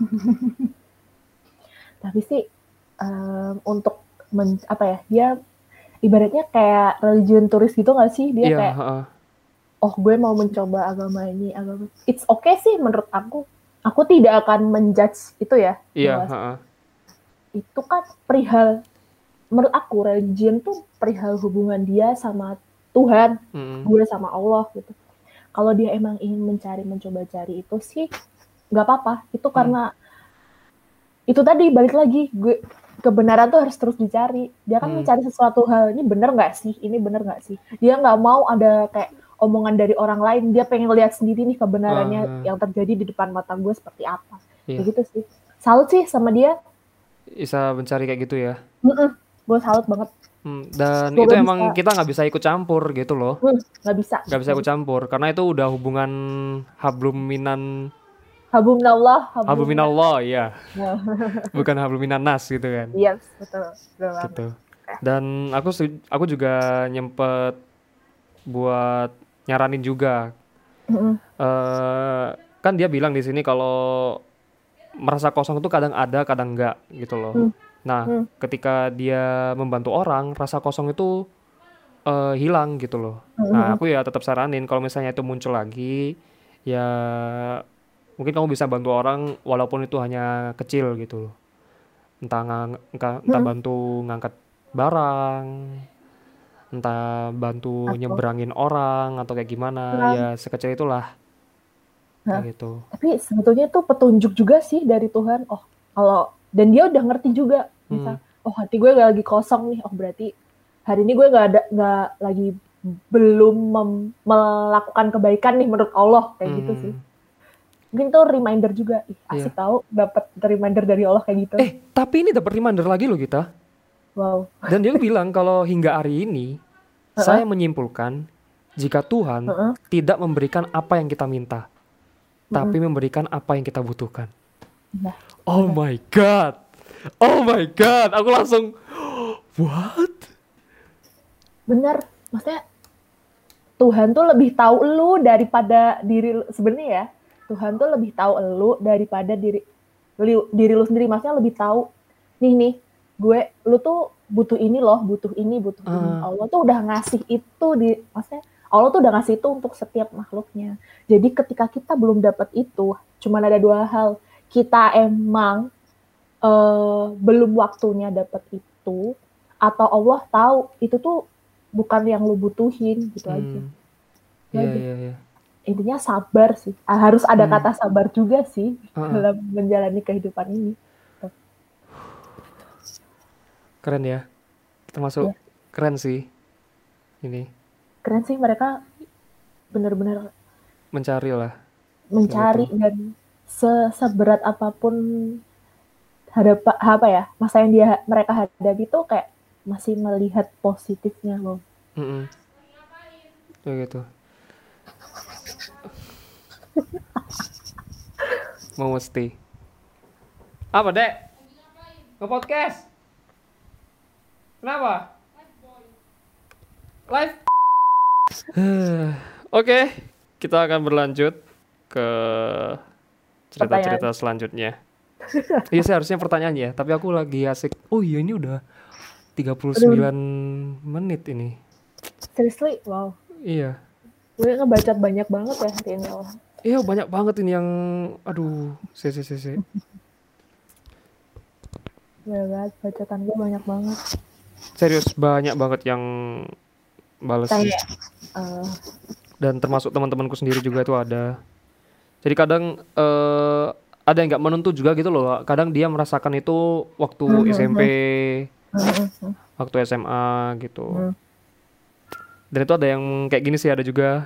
tapi sih um, untuk men, apa ya dia ibaratnya kayak religion turis gitu nggak sih dia yeah, kayak uh. oh gue mau mencoba agama ini agama it's okay sih menurut aku aku tidak akan menjudge itu ya. Iya. Uh-uh. Itu kan perihal, menurut aku religion tuh perihal hubungan dia sama Tuhan, mm-hmm. gue sama Allah gitu. Kalau dia emang ingin mencari, mencoba cari itu sih nggak apa-apa. Itu karena hmm. itu tadi balik lagi, gue kebenaran tuh harus terus dicari. Dia kan hmm. mencari sesuatu hal, ini bener nggak sih? Ini bener nggak sih? Dia nggak mau ada kayak omongan dari orang lain. Dia pengen lihat sendiri nih kebenarannya uh, yang terjadi di depan mata gue seperti apa. Iya. Kayak gitu sih. Salut sih sama dia. Bisa mencari kayak gitu ya. Mm-mm. Gue salut banget. Hmm, dan Semoga itu emang bisa. Kita nggak bisa ikut campur gitu loh. Hmm, nggak bisa. Nggak bisa ikut campur karena itu udah hubungan hablum minan. Hablum minallah. Hablum minallah, iya. Bukan hablum minan nas gitu kan. Iya, yes, betul. betul gitu. Dan aku aku juga nyempet buat nyaranin juga. Mm-hmm. Uh, kan dia bilang di sini kalau merasa kosong itu kadang ada, kadang enggak gitu loh. Mm. Nah, hmm. ketika dia membantu orang, rasa kosong itu uh, hilang gitu loh. Hmm. Nah, aku ya tetap saranin kalau misalnya itu muncul lagi, ya mungkin kamu bisa bantu orang walaupun itu hanya kecil gitu loh. Entah, ng- entah, entah hmm. bantu ngangkat barang, entah bantu Aku. nyebrangin orang atau kayak gimana, nah. ya sekecil itulah. Nah, kayak gitu. Tapi sebetulnya itu petunjuk juga sih dari Tuhan. Oh, kalau dan dia udah ngerti juga, misal, hmm. oh hati gue gak lagi kosong nih, oh berarti hari ini gue gak ada gak lagi belum mem- melakukan kebaikan nih menurut Allah kayak hmm. gitu sih. Mungkin tuh reminder juga, ih asik yeah. tahu dapat reminder dari Allah kayak gitu. Eh tapi ini dapat reminder lagi loh kita. Wow. Dan dia bilang kalau hingga hari ini uh-uh. saya menyimpulkan jika Tuhan uh-uh. tidak memberikan apa yang kita minta, uh-uh. tapi memberikan apa yang kita butuhkan. Nah, oh benar. my god, oh my god, aku langsung what? Bener, maksudnya Tuhan tuh lebih tahu lu daripada diri sebenarnya ya. Tuhan tuh lebih tahu lu daripada diri li, diri lu sendiri, maksudnya lebih tahu nih nih gue lu tuh butuh ini loh, butuh ini, butuh uh. ini. Allah tuh udah ngasih itu di, maksudnya Allah tuh udah ngasih itu untuk setiap makhluknya. Jadi ketika kita belum dapat itu, cuma ada dua hal. Kita emang uh, belum waktunya dapat itu, atau Allah tahu itu tuh bukan yang lu butuhin gitu hmm. aja. Iya iya iya. Intinya sabar sih. Harus ada hmm. kata sabar juga sih uh-uh. dalam menjalani kehidupan ini. Keren ya. Termasuk ya. Keren sih. Ini. Keren sih, mereka benar-benar mencari lah. Mencari gitu. Dan seberat apapun hadap apa ya masa yang dia mereka hadapi itu kayak masih melihat positifnya loh. Mm-mm. Kayak gitu. Mau mesti. Apa dek? Nge-podcast. Kenapa? Live. Oke, okay, kita akan berlanjut ke cerita-cerita selanjutnya. Iya sih harusnya pertanyaan ya, tapi aku lagi asik. Oh iya ini udah tiga puluh sembilan aduh. Menit ini. Seriously? Wow. Iya. Gue ngebacot banyak banget ya hari ini. Iya banyak banget ini yang, aduh, si si si si. Banget, bacotan gue banyak banget. Serius banyak banget yang balas. Kayak, uh... dan termasuk teman-temanku sendiri juga itu ada. Jadi kadang uh, ada yang nggak menentu juga gitu loh. Kadang dia merasakan itu waktu uh-huh. S M P, uh-huh. waktu S M A gitu. Uh-huh. Dan itu ada yang kayak gini sih, ada juga.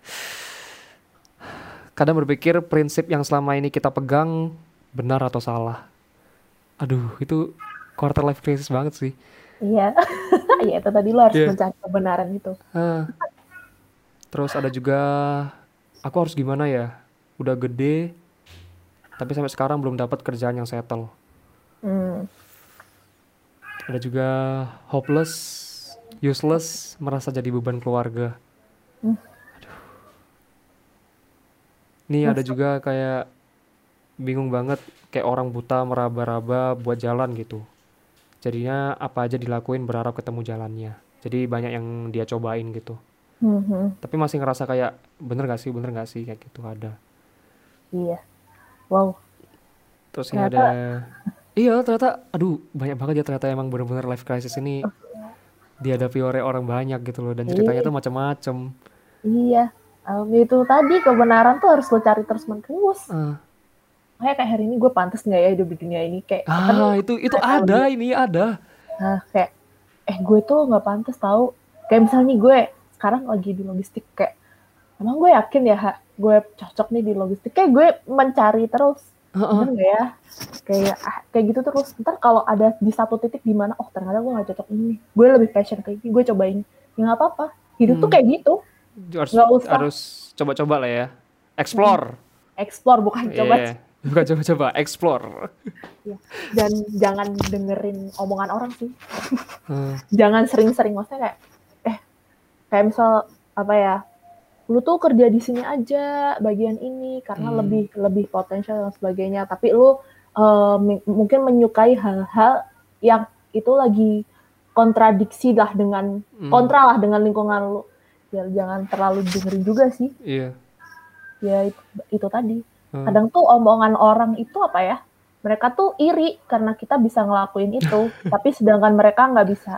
Kadang berpikir prinsip yang selama ini kita pegang benar atau salah. Aduh, itu quarter life crisis banget sih. Iya, iya itu tadi lo harus yeah. mencari kebenaran itu. Uh. Terus ada juga, aku harus gimana ya? Udah gede, tapi sampai sekarang belum dapat kerjaan yang settle. Hmm. Ada juga hopeless, useless, merasa jadi beban keluarga. Hmm. Aduh. Nih ada juga kayak bingung banget, kayak orang buta meraba-raba buat jalan gitu. Jadinya apa aja dilakuin berharap ketemu jalannya. Jadi banyak yang dia cobain gitu. Mm-hmm. Tapi masih ngerasa kayak bener gak sih, bener gak sih kayak gitu ada. Iya. Wow. Terus ini ada, iya ternyata, aduh banyak banget ya ternyata emang benar-benar life crisis ini dihadapi oleh orang banyak gitu loh, dan ceritanya tuh macam-macam. Iya, um, itu tadi kebenaran tuh harus lo cari terus menerus. Uh. Kayak kayak hari ini gue pantas nggak ya hidup di dunia ini, kayak ah kan itu itu ada lebih, ini ada. Nah kayak eh gue tuh nggak pantas tahu. Kayak misalnya gue sekarang lagi di logistik, kayak emang gue yakin ya ha, gue cocok nih di logistik, kayak gue mencari terus. Uh-uh. Bener nggak ya? Kayak ah, kayak gitu terus. Ntar kalau ada di satu titik di mana oh ternyata gue nggak cocok ini, gue lebih passion kayak ini, gue cobain. Ya nggak apa-apa. Hidup hmm. tuh kayak gitu. Harus, usah. Harus coba-coba lah ya. Explore. Hmm. Explore bukan coba. Yeah. Bukan coba-coba, explore. Ya. Dan jangan dengerin omongan orang sih. Hmm. Jangan sering-sering, maksudnya kayak eh kayak misal apa ya, lu tuh kerja di sini aja bagian ini karena hmm. lebih lebih potensial dan sebagainya, tapi lu uh, m- mungkin menyukai hal-hal yang itu lagi kontradiksi lah dengan hmm. kontra lah dengan lingkungan lu. Ya jangan terlalu dengerin juga sih. Iya. Ya itu, itu tadi. Hmm. Kadang tuh omongan orang itu apa ya? Mereka tuh iri karena kita bisa ngelakuin itu, tapi sedangkan mereka nggak bisa.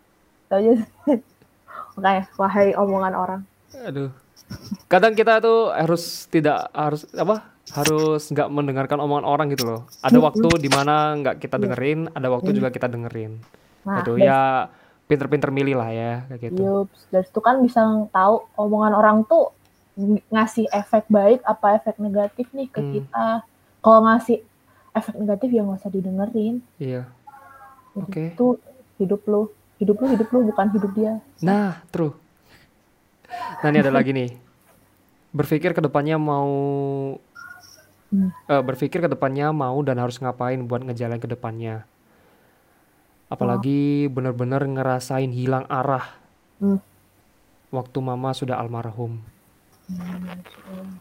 Makanya, wahai omongan orang. Aduh. Kadang kita tuh harus tidak harus apa? Harus nggak mendengarkan omongan orang gitu loh. Ada waktu di mana nggak kita dengerin, ada waktu juga kita dengerin. Nah, gitu ya, pinter-pinter milih lah ya kayak gitu. Yups, dari situ kan bisa tahu omongan orang tuh ngasih efek baik apa efek negatif nih ke hmm. kita. Kalau ngasih efek negatif ya nggak usah didengerin. Iya. Oke. Okay. Itu hidup lu, hidup lu hidup lu bukan hidup dia. Nah, true. Nah ini ada lagi nih. Berpikir ke depannya mau hmm. uh, berpikir ke depannya mau dan harus ngapain buat ngejalan ke depannya. Apalagi oh. benar-benar ngerasain hilang arah. Hmm. Waktu mama sudah almarhum. Hmm.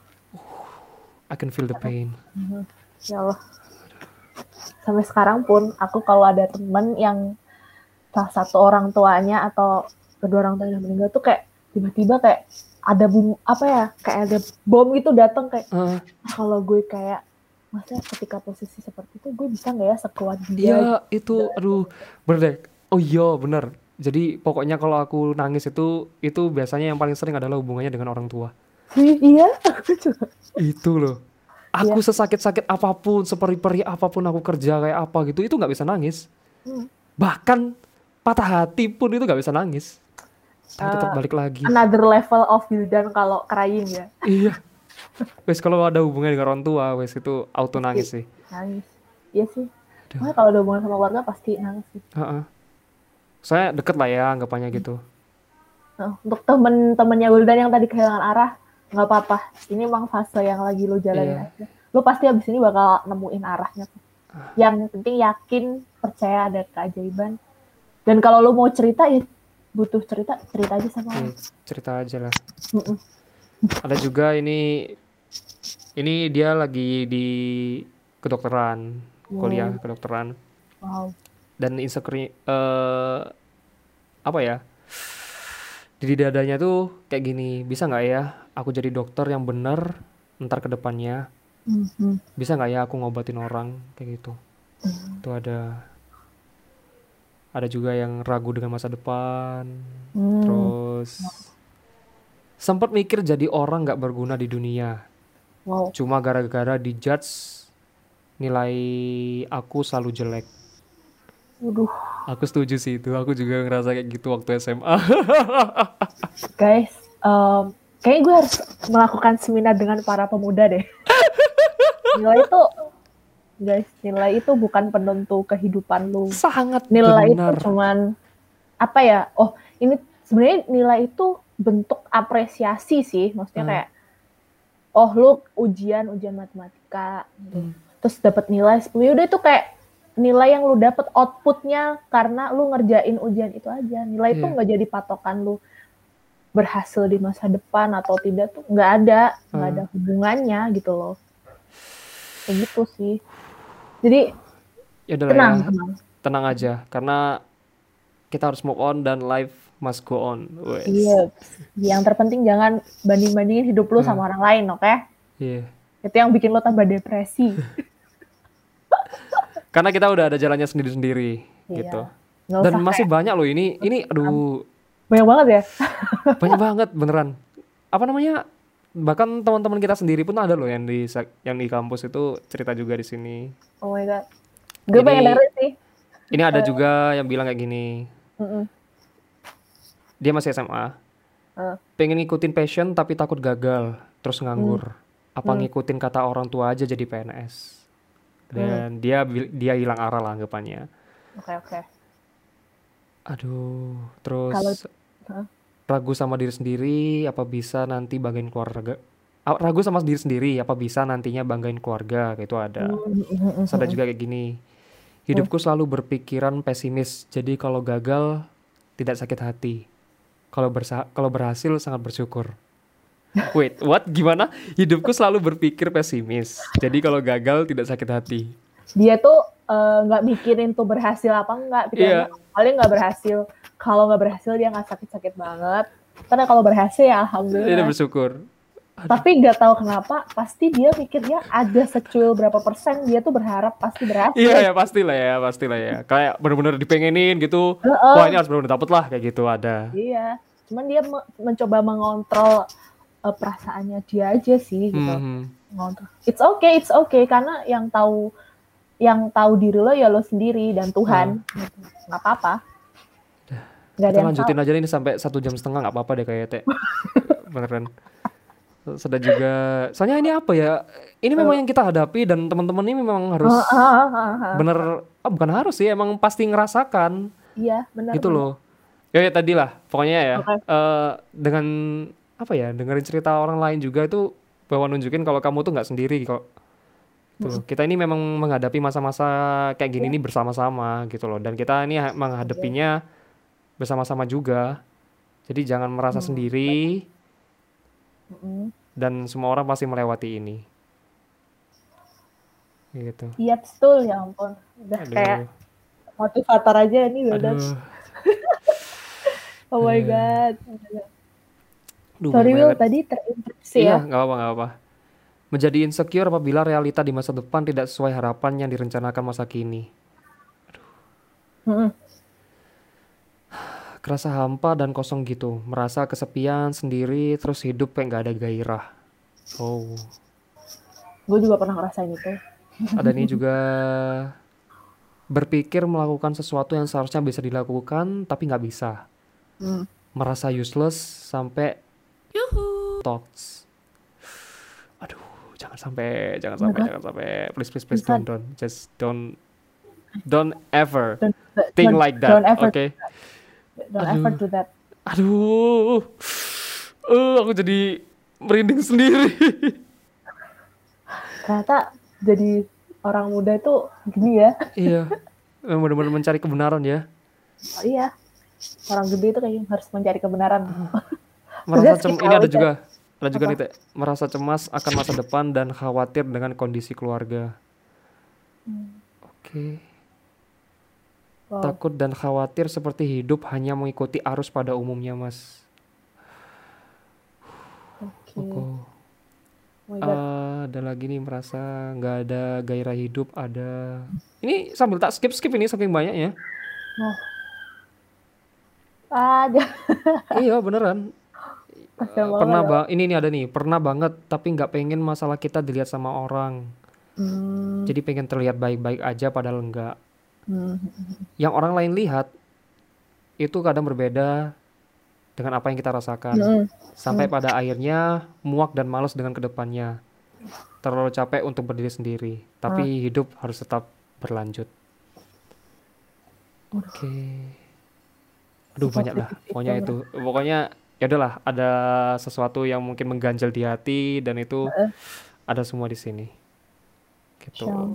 I can feel the pain. Hmm. Ya Allah. Sampai sekarang pun aku kalau ada teman yang salah satu orang tuanya atau kedua orang tuanya meninggal tuh kayak tiba-tiba kayak ada bom apa ya, kayak ada bom gitu datang kayak uh. kalau gue kayak maksudnya ketika posisi seperti itu gue bisa nggak ya sekuat dia? Iya itu, aduh bener deh. Oh iya bener. Jadi pokoknya kalau aku nangis itu itu biasanya yang paling sering adalah hubungannya dengan orang tua. Iya, aku juga. Itu loh. Aku iya. Sesakit-sakit apapun, seperih-perih apapun aku kerja kayak apa gitu, itu nggak bisa nangis. Hmm. Bahkan patah hati pun itu nggak bisa nangis. Tapi uh, tetap balik lagi. Another level of Wildan kalau crying ya. Iya. Wes kalau ada hubungan dengan orang tua, wes itu auto nangis sih. Nangis. Iya sih. Nah, kalau ada hubungan sama keluarga pasti nangis sih. Uh-uh. Saya deket lah ya anggapannya gitu. Nah, untuk temen-temennya Wildan yang tadi kehilangan arah, nggak apa-apa. Ini emang fase yang lagi lo jalanin yeah. aja. Lo pasti abis ini bakal nemuin arahnya. Uh. Yang penting yakin, percaya ada keajaiban. Dan kalau lo mau cerita ya butuh cerita, cerita aja sama orang. Hmm, cerita aja lah. Mm-mm. Ada juga ini, ini dia lagi di kedokteran, wow. kuliah kedokteran. Wow. Dan insecure, uh, apa ya? Di dadanya tuh kayak gini, bisa nggak ya aku jadi dokter yang benar ntar ke depannya? Mm-hmm. Bisa nggak ya aku ngobatin orang kayak gitu? Mm. Itu ada. Ada juga yang ragu dengan masa depan. Hmm. Terus sempat mikir jadi orang gak berguna di dunia. Wow. Cuma gara-gara dijudge nilai aku selalu jelek. Waduh. Aku setuju sih itu. Aku juga ngerasa kayak gitu waktu S M A. Guys, um, kayaknya gue harus melakukan seminar dengan para pemuda deh. Nilai itu Guys, nilai itu bukan penentu kehidupan lu. Sangat nilai benar. Itu cuman apa ya? Oh, ini sebenarnya nilai itu bentuk apresiasi sih. Maksudnya hmm. kayak oh, lu ujian ujian matematika gitu. Hmm. Terus dapat nilai sepuluh. Udah itu kayak nilai yang lu dapat outputnya karena lu ngerjain ujian itu aja. Nilai yeah. itu enggak jadi patokan lu berhasil di masa depan atau tidak tuh enggak ada, enggak hmm. ada hubungannya gitu loh. Kayak gitu sih. Jadi ya tenang, ya. tenang, tenang aja, karena kita harus move on dan life must go on. Iya. Yang terpenting jangan banding-bandingin hidup lu hmm. sama orang lain, oke? Okay? Iya. Itu yang bikin lo tambah depresi. Karena kita udah ada jalannya sendiri-sendiri iya. gitu. Nggak dan masih kayak... banyak loh ini, ini aduh. Banyak banget ya? Banyak banget beneran. Apa namanya? Bahkan teman-teman kita sendiri pun ada loh yang di yang di kampus itu cerita juga di sini. Oh my god. Gue pengen dengerin sih. Ini ada uh, juga yang bilang kayak gini. Uh-uh. Dia masih S M A. Uh. Pengen ngikutin passion tapi takut gagal, terus nganggur. Hmm. Apa hmm. ngikutin kata orang tua aja jadi P N S. Dan hmm. dia dia hilang arah lah anggapannya. Oke okay, oke. Okay. Aduh, terus Kalo, huh? ragu sama diri sendiri, apa bisa nanti banggain keluarga? Ragu sama diri sendiri, apa bisa nantinya banggain keluarga? Kayak itu ada. Hmm. Terus ada juga kayak gini. Hidupku selalu berpikiran pesimis, jadi kalau gagal tidak sakit hati. Kalau bersa- kalau berhasil sangat bersyukur. Wait, what? Gimana? Hidupku selalu berpikir pesimis, jadi kalau gagal tidak sakit hati. Dia tuh nggak uh, mikirin tuh berhasil apa enggak, pikirannya yeah. paling nggak berhasil. Kalau nggak berhasil dia nggak sakit-sakit banget. Karena kalau berhasil ya alhamdulillah. Dia bersyukur. Aduh. Tapi nggak tahu kenapa, pasti dia mikirnya ada secuil berapa persen dia tuh berharap pasti berhasil. Iya ya pastilah ya, pastilah ya. Kayak benar-benar dipengenin gitu. Uh-uh. Wah ini harus benar-benar dapet lah kayak gitu ada. Iya, cuman dia me- mencoba mengontrol uh, perasaannya dia aja sih gitu. Mm-hmm. Ngontrol. It's okay, it's okay karena yang tahu yang tahu diri lo ya lo sendiri dan Tuhan. Uh. Gitu. Nggak apa-apa. Nggak kita lanjutin tahu. Aja ini sampai satu jam setengah nggak apa-apa deh kayak teh. Beneran. Sudah juga, soalnya ini apa ya, ini memang yang kita hadapi dan teman-teman ini memang harus uh, uh, uh, uh. bener, oh, bukan harus sih, emang pasti ngerasakan. Iya, benar. Gitu bener. Loh. Ya, ya tadi lah, pokoknya ya, okay. uh, dengan apa ya, dengerin cerita orang lain juga itu bahwa nunjukin kalau kamu tuh nggak sendiri kok. Tuh, kita ini memang menghadapi masa-masa kayak gini yeah. nih bersama-sama gitu loh, dan kita ini menghadapinya yeah. bersama-sama juga. Jadi jangan merasa hmm. sendiri. Dan semua orang pasti melewati ini. Gitu. Iya betul ya ampun. Udah Aduh. Kayak motivator aja ini udah. Oh my god. Duh, Sorry Will tadi terinterupsi ya. Iya, enggak apa-apa, enggak apa. Menjadi insecure apabila realita di masa depan tidak sesuai harapan yang direncanakan masa kini. Aduh. Mm-hmm. Kerasa hampa dan kosong gitu, merasa kesepian sendiri, terus hidup kayak nggak ada gairah. Oh. Gue juga pernah ngerasain itu. Ada nih juga berpikir melakukan sesuatu yang seharusnya bisa dilakukan, tapi nggak bisa. Hmm. Merasa useless sampai Yuhu. Talks. Aduh, jangan sampai, jangan sampai, jangan sampai. Please, please, please, don't, don't, just don't, don't ever don't, think don't, like that. Oke. Okay? Don't Aduh. ever do that. Aduh, uh, aku jadi merinding sendiri. Ternyata jadi orang muda itu gini ya. Iya, benar-benar mencari kebenaran ya. Oh, iya, orang gede itu kayak harus mencari kebenaran. Merasa cem- ini ada juga, ada juga nih Teh. Merasa cemas akan masa depan dan khawatir dengan kondisi keluarga. Hmm. Oke. Okay. Wow. Takut dan khawatir seperti hidup hanya mengikuti arus pada umumnya, Mas. Oke. Okay. Oh uh, ada lagi nih merasa nggak ada gairah hidup, ada. Ini sambil tak skip skip ini saking banyaknya. Oh. Ada. Iya beneran. Uh, pernah bang, ini nih ada nih. Pernah banget tapi nggak pengen masalah kita dilihat sama orang. Hmm. Jadi pengen terlihat baik-baik aja padahal enggak. Hmm. Yang orang lain lihat itu kadang berbeda dengan apa yang kita rasakan. Hmm. Sampai hmm. pada akhirnya muak dan malas dengan kedepannya. Terlalu capek untuk berdiri sendiri. Tapi hmm. hidup harus tetap berlanjut. Oke. Okay. Aduh banyak lah. Pokoknya itu. Pokoknya ya udahlah. Ada sesuatu yang mungkin mengganjal di hati dan itu uh. ada semua di sini. Gitu. Sure.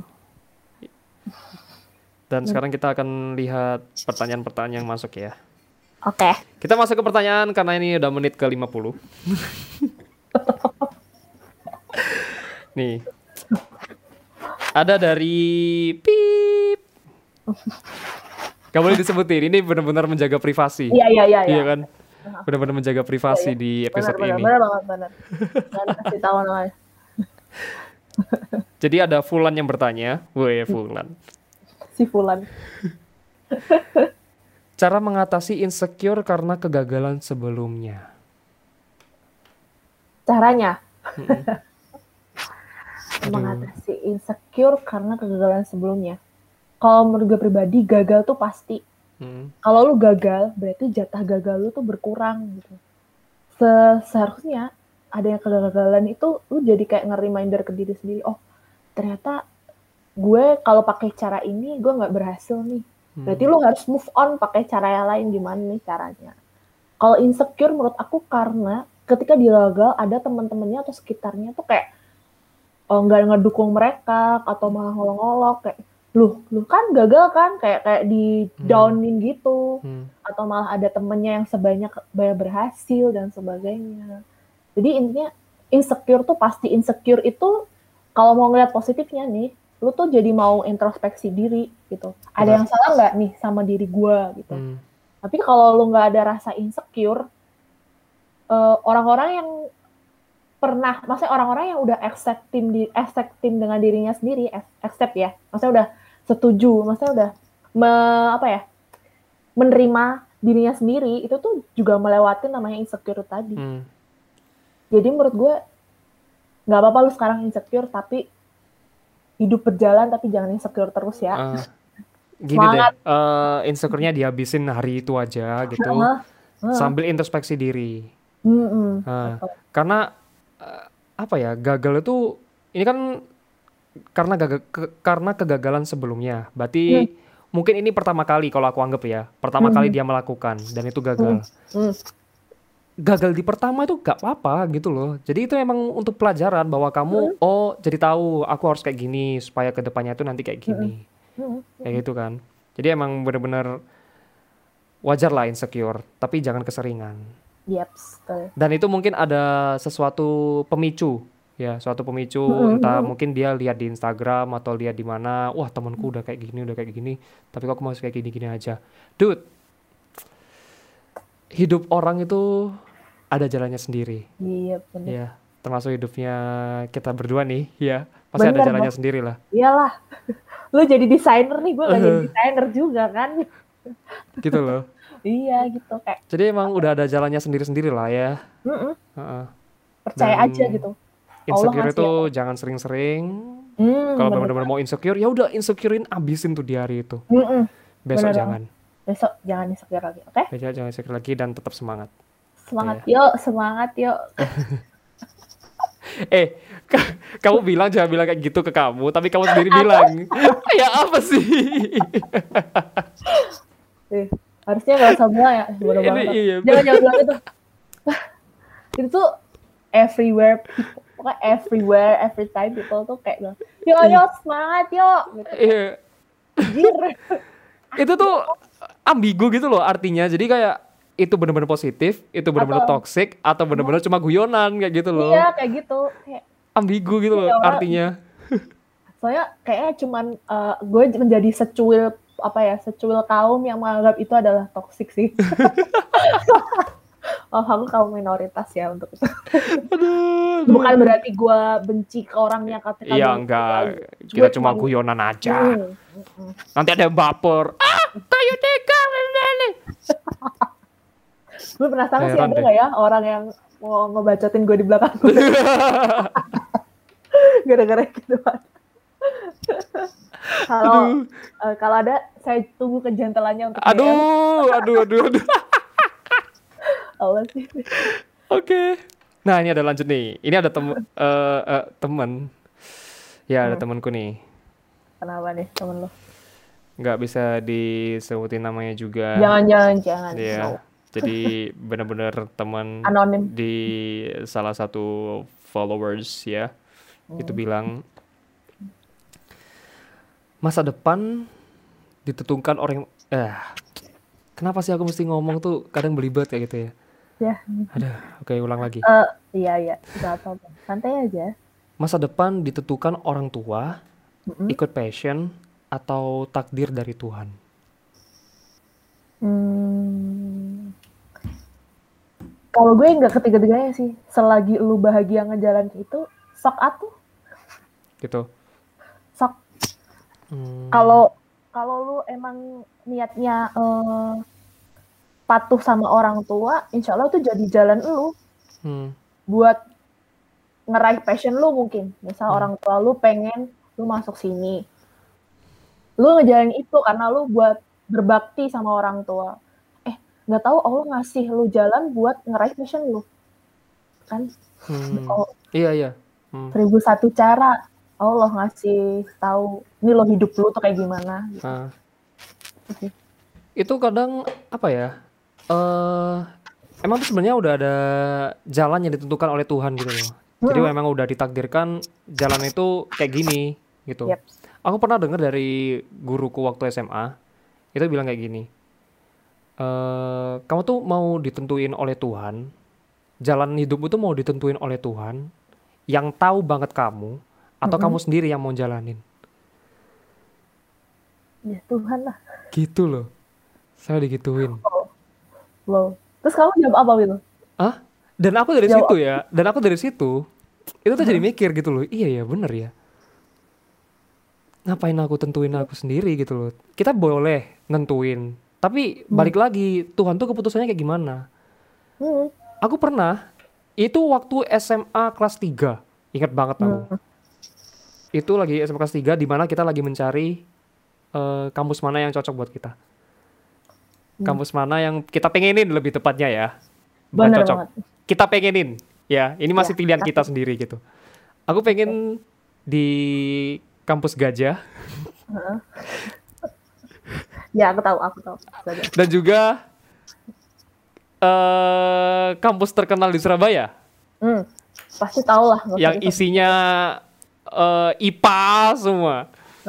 Dan sekarang kita akan lihat pertanyaan-pertanyaan yang masuk ya. Oke. Okay. Kita masuk ke pertanyaan karena ini udah menit ke lima puluh. Nih. Ada dari Pip. Gak boleh disebutin, ini benar-benar menjaga privasi. Iya, iya, iya. Iya kan? Benar-benar menjaga privasi ya, ya. di episode benar, ini. Benar, benar banget, benar. Jangan kasih tahu namanya. Jadi ada Fulan yang bertanya, weh Fulan. Si Fulan. Cara mengatasi insecure karena kegagalan sebelumnya. Caranya Mm-mm. mengatasi insecure karena kegagalan sebelumnya. Kalau menurut gue pribadi, gagal tuh pasti. Mm. Kalau lu gagal, berarti jatah gagal lu tuh berkurang gitu. Se- seharusnya ada yang kegagalan itu, lu jadi kayak nge-reminder ke diri sendiri, oh ternyata gue kalau pakai cara ini gue nggak berhasil nih. Berarti Hmm. lu harus move on pakai cara yang lain. Gimana nih caranya? Kalau insecure menurut aku karena ketika dia gagal ada teman-temannya atau sekitarnya tuh kayak oh, nggak ngedukung mereka atau malah ngolok-ngolok kayak lu lu kan gagal kan kayak kayak di downin gitu. Hmm. Atau malah ada temennya yang sebanyak banyak berhasil dan sebagainya. Jadi intinya insecure tuh pasti insecure itu kalau mau ngeliat positifnya nih, lu tuh jadi mau introspeksi diri gitu. Ada Benar. yang salah nggak nih sama diri gue gitu. Hmm. Tapi kalau lu nggak ada rasa insecure, uh, orang-orang yang pernah, maksudnya orang-orang yang udah accepting di accepting dengan dirinya sendiri, accept ya, maksudnya udah setuju, maksudnya udah me, apa ya, menerima dirinya sendiri, itu tuh juga melewati namanya insecure tadi. Hmm. Jadi menurut gue nggak apa-apa lu sekarang insecure, tapi hidup berjalan tapi jangan insecure terus ya. Uh, gini Semangat. deh, uh, insecure-nya dihabisin hari itu aja gitu, uh, uh. sambil introspeksi diri. Mm-hmm. Uh, karena uh, apa ya, gagal itu ini kan karena gagal ke, karena kegagalan sebelumnya. Berarti mm. mungkin ini pertama kali kalau aku anggap ya, pertama mm-hmm. kali dia melakukan dan itu gagal. Mm. Gagal di pertama itu gak apa-apa gitu loh. Jadi itu emang untuk pelajaran bahwa kamu mm. oh jadi tahu aku harus kayak gini supaya kedepannya itu nanti kayak gini. Mm. Kayak gitu kan. Jadi emang benar-benar wajar lah insecure, tapi jangan keseringan. Yep. Dan itu mungkin ada sesuatu pemicu, ya, suatu pemicu, mm-hmm. entah mungkin dia lihat di Instagram atau lihat di mana, wah temanku udah kayak gini, udah kayak gini, tapi kok aku masih kayak gini-gini aja. Dude, hidup orang itu ada jalannya sendiri. Iya benar. Ya, termasuk hidupnya kita berdua nih, ya, pasti bener, ada jalannya bang. Sendiri lah. Iyalah, lu jadi desainer nih, gue gak jadi desainer juga kan. Gitu loh. Iya gitu kayak. Jadi emang udah ada jalannya sendiri-sendiri lah ya. Uh-uh. Percaya Dan aja gitu. Insecure itu ya. Jangan sering-sering. Hmm, kalau benar-benar mau insecure, ya udah insecurein abisin tuh di hari itu. Mm-mm. Besok bener jangan. Besok jangan insecure lagi, oke? Okay? Besok jangan insecure lagi dan tetap semangat. Semangat ya. Yuk, semangat yuk. eh, k- kamu bilang jangan bilang kayak gitu ke kamu, tapi kamu sendiri bilang. Ya apa sih? eh. Harusnya gak usah bilang ya, bodoh banget. Iya, jangan jangan bilang itu. Itu tuh everywhere, people, pokoknya everywhere, every time people tuh kayak bilang, yo yo semangat yo. Gitu. Iya. Itu tuh ambigu gitu loh artinya. Jadi kayak itu benar-benar positif, itu benar-benar toxic, atau benar-benar cuma guyonan kayak gitu loh. Iya kayak gitu. Kayak, ambigu gitu loh orang, artinya. Soalnya kayaknya cuman uh, gue menjadi secuil apa ya secuil kaum yang menganggap itu adalah toksik sih. Oh aku kaum minoritas ya untuk itu. Aduh, bukan aduh. Berarti gue benci ke orangnya ketika iya enggak gitu. Kita cuma guyonan aja. Hmm. Hmm. Nanti ada yang baper. Ah kayu tegang ini. Lu penasaran sih ada nggak ya orang yang mau ngebacotin gue di belakang gue? Gara-gara gitu kan. Kalau uh, kalau ada saya tunggu kejantelannya untuk aduh, D M. aduh aduh aduh Allah sih. Oke okay. Nah ini ada lanjut nih. Ini ada tem uh, uh, teman ya hmm. ada temanku nih. Kenapa nih temen lo? Nggak bisa disebutin namanya juga. Jangan jangan jangan. Iya. No. Jadi benar-benar teman anonim di salah satu followers ya hmm. itu bilang masa depan ditentukan orang eh kenapa sih aku mesti ngomong tuh kadang belibet kayak gitu ya? Ya. Ada, oke okay, ulang lagi. Uh, iya iya, nggak apa-apa, santai aja. Masa depan ditentukan orang tua, mm-hmm. ikut passion atau takdir dari Tuhan. Hmm. Kalau gue nggak ketiga-tiganya sih, selagi lu bahagia ngejalanin itu, sok atuh. gitu. Sok. Hmm. Kalau kalau lu emang niatnya uh, patuh sama orang tua, insya Allah itu jadi jalan lu hmm. buat ngeraih passion lu mungkin. Misal hmm. orang tua lu pengen lu masuk sini, lu ngejalanin itu karena lu buat berbakti sama orang tua. Eh, nggak tahu Allah ngasih lu jalan buat ngeraih passion lu, kan? Hmm. Oh, iya iya. Hmm. Seribu satu cara Allah ngasih tahu ini lo hidup lu tuh kayak gimana. Gitu. Ah. Okay. Itu kadang apa ya? Uh, emang tuh sebenarnya udah ada jalan yang ditentukan oleh Tuhan gitu loh. Hmm. Jadi memang udah ditakdirkan jalan itu kayak gini gitu. Yep. Aku pernah dengar dari guruku waktu S M A, itu bilang kayak gini. E, kamu tuh mau ditentuin oleh Tuhan, jalan hidupmu tuh mau ditentuin oleh Tuhan, yang tahu banget kamu, atau mm-hmm. kamu sendiri yang mau jalanin. Ya Tuhan lah. Gitu loh, saya digituin. Oh. Wow. Terus kamu jawab apa gitu? Ah? Dan aku dari jawab situ ya, dan aku dari situ, itu tuh uh-huh. jadi mikir gitu loh, iya ya bener ya. Ngapain aku tentuin aku sendiri gitu loh. Kita boleh nentuin, tapi balik hmm. lagi Tuhan tuh keputusannya kayak gimana. Hmm. Aku pernah, itu waktu S M A kelas tiga, ingat banget aku. Hmm. Itu lagi S M A kelas tiga, di mana kita lagi mencari uh, kampus mana yang cocok buat kita. Hmm. Kampus mana yang kita pengenin lebih tepatnya ya. Bukan cocok. Banget. Kita pengenin, ya. Ini masih ya, pilihan kita kita sendiri gitu. Aku pengen okay. di kampus Gajah. Uh-huh. Ya, aku tahu, aku tahu. Dan juga uh, kampus terkenal di Surabaya. Hmm, pasti tahu lah. Yang isinya uh, I P A semua.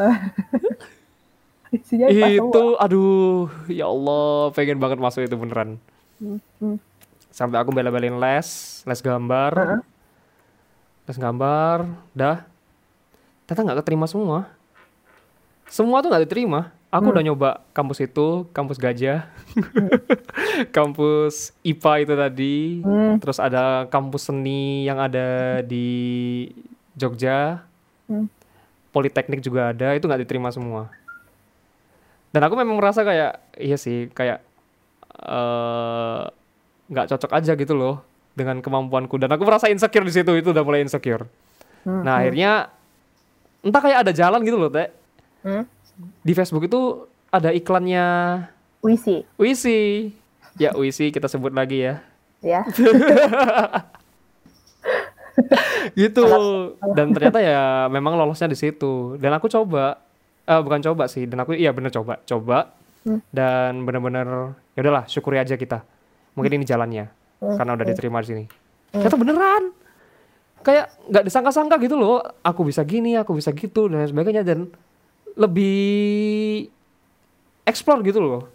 Isinya I P A itu, semua. Aduh, ya Allah, pengen banget masuk itu beneran. Hmm, hmm. Sampai aku bela-belain les, les gambar. Uh-huh. Les gambar, dah. Ternyata nggak keterima semua. Semua tuh nggak diterima. Aku hmm. udah nyoba kampus itu, kampus Gajah, hmm. kampus I P A itu tadi, hmm. terus ada kampus seni yang ada di Jogja, hmm. Politeknik juga ada, itu nggak diterima semua. Dan aku memang merasa kayak, iya sih, kayak nggak uh, cocok aja gitu loh dengan kemampuanku. Dan aku merasa insecure di situ, itu udah mulai insecure. Hmm. Nah akhirnya entah kayak ada jalan gitu loh, Teh. Hmm? Di Facebook itu ada iklannya Wisi. Wisi. Ya, Wisi kita sebut lagi ya. Ya. Gitu. Dan ternyata ya memang lolosnya di situ. Dan aku coba, uh, bukan coba sih, dan aku iya bener coba, coba. Hmm. Dan benar-benar ya udahlah, syukuri aja kita. Mungkin ini jalannya. Hmm. Karena udah diterima di sini. Hmm. Ternyata beneran. Kayak nggak disangka-sangka gitu loh, aku bisa gini, aku bisa gitu dan sebagainya, dan lebih explore gitu loh.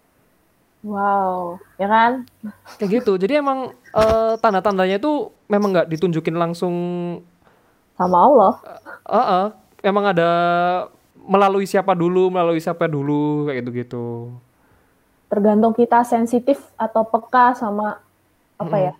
Wow, ya kan? Kayak gitu. Jadi emang uh, tanda-tandanya itu memang nggak ditunjukin langsung sama Allah. Uh, uh, uh, emang ada melalui siapa dulu, melalui siapa dulu kayak gitu-gitu. Tergantung kita sensitif atau peka sama apa mm-hmm. ya?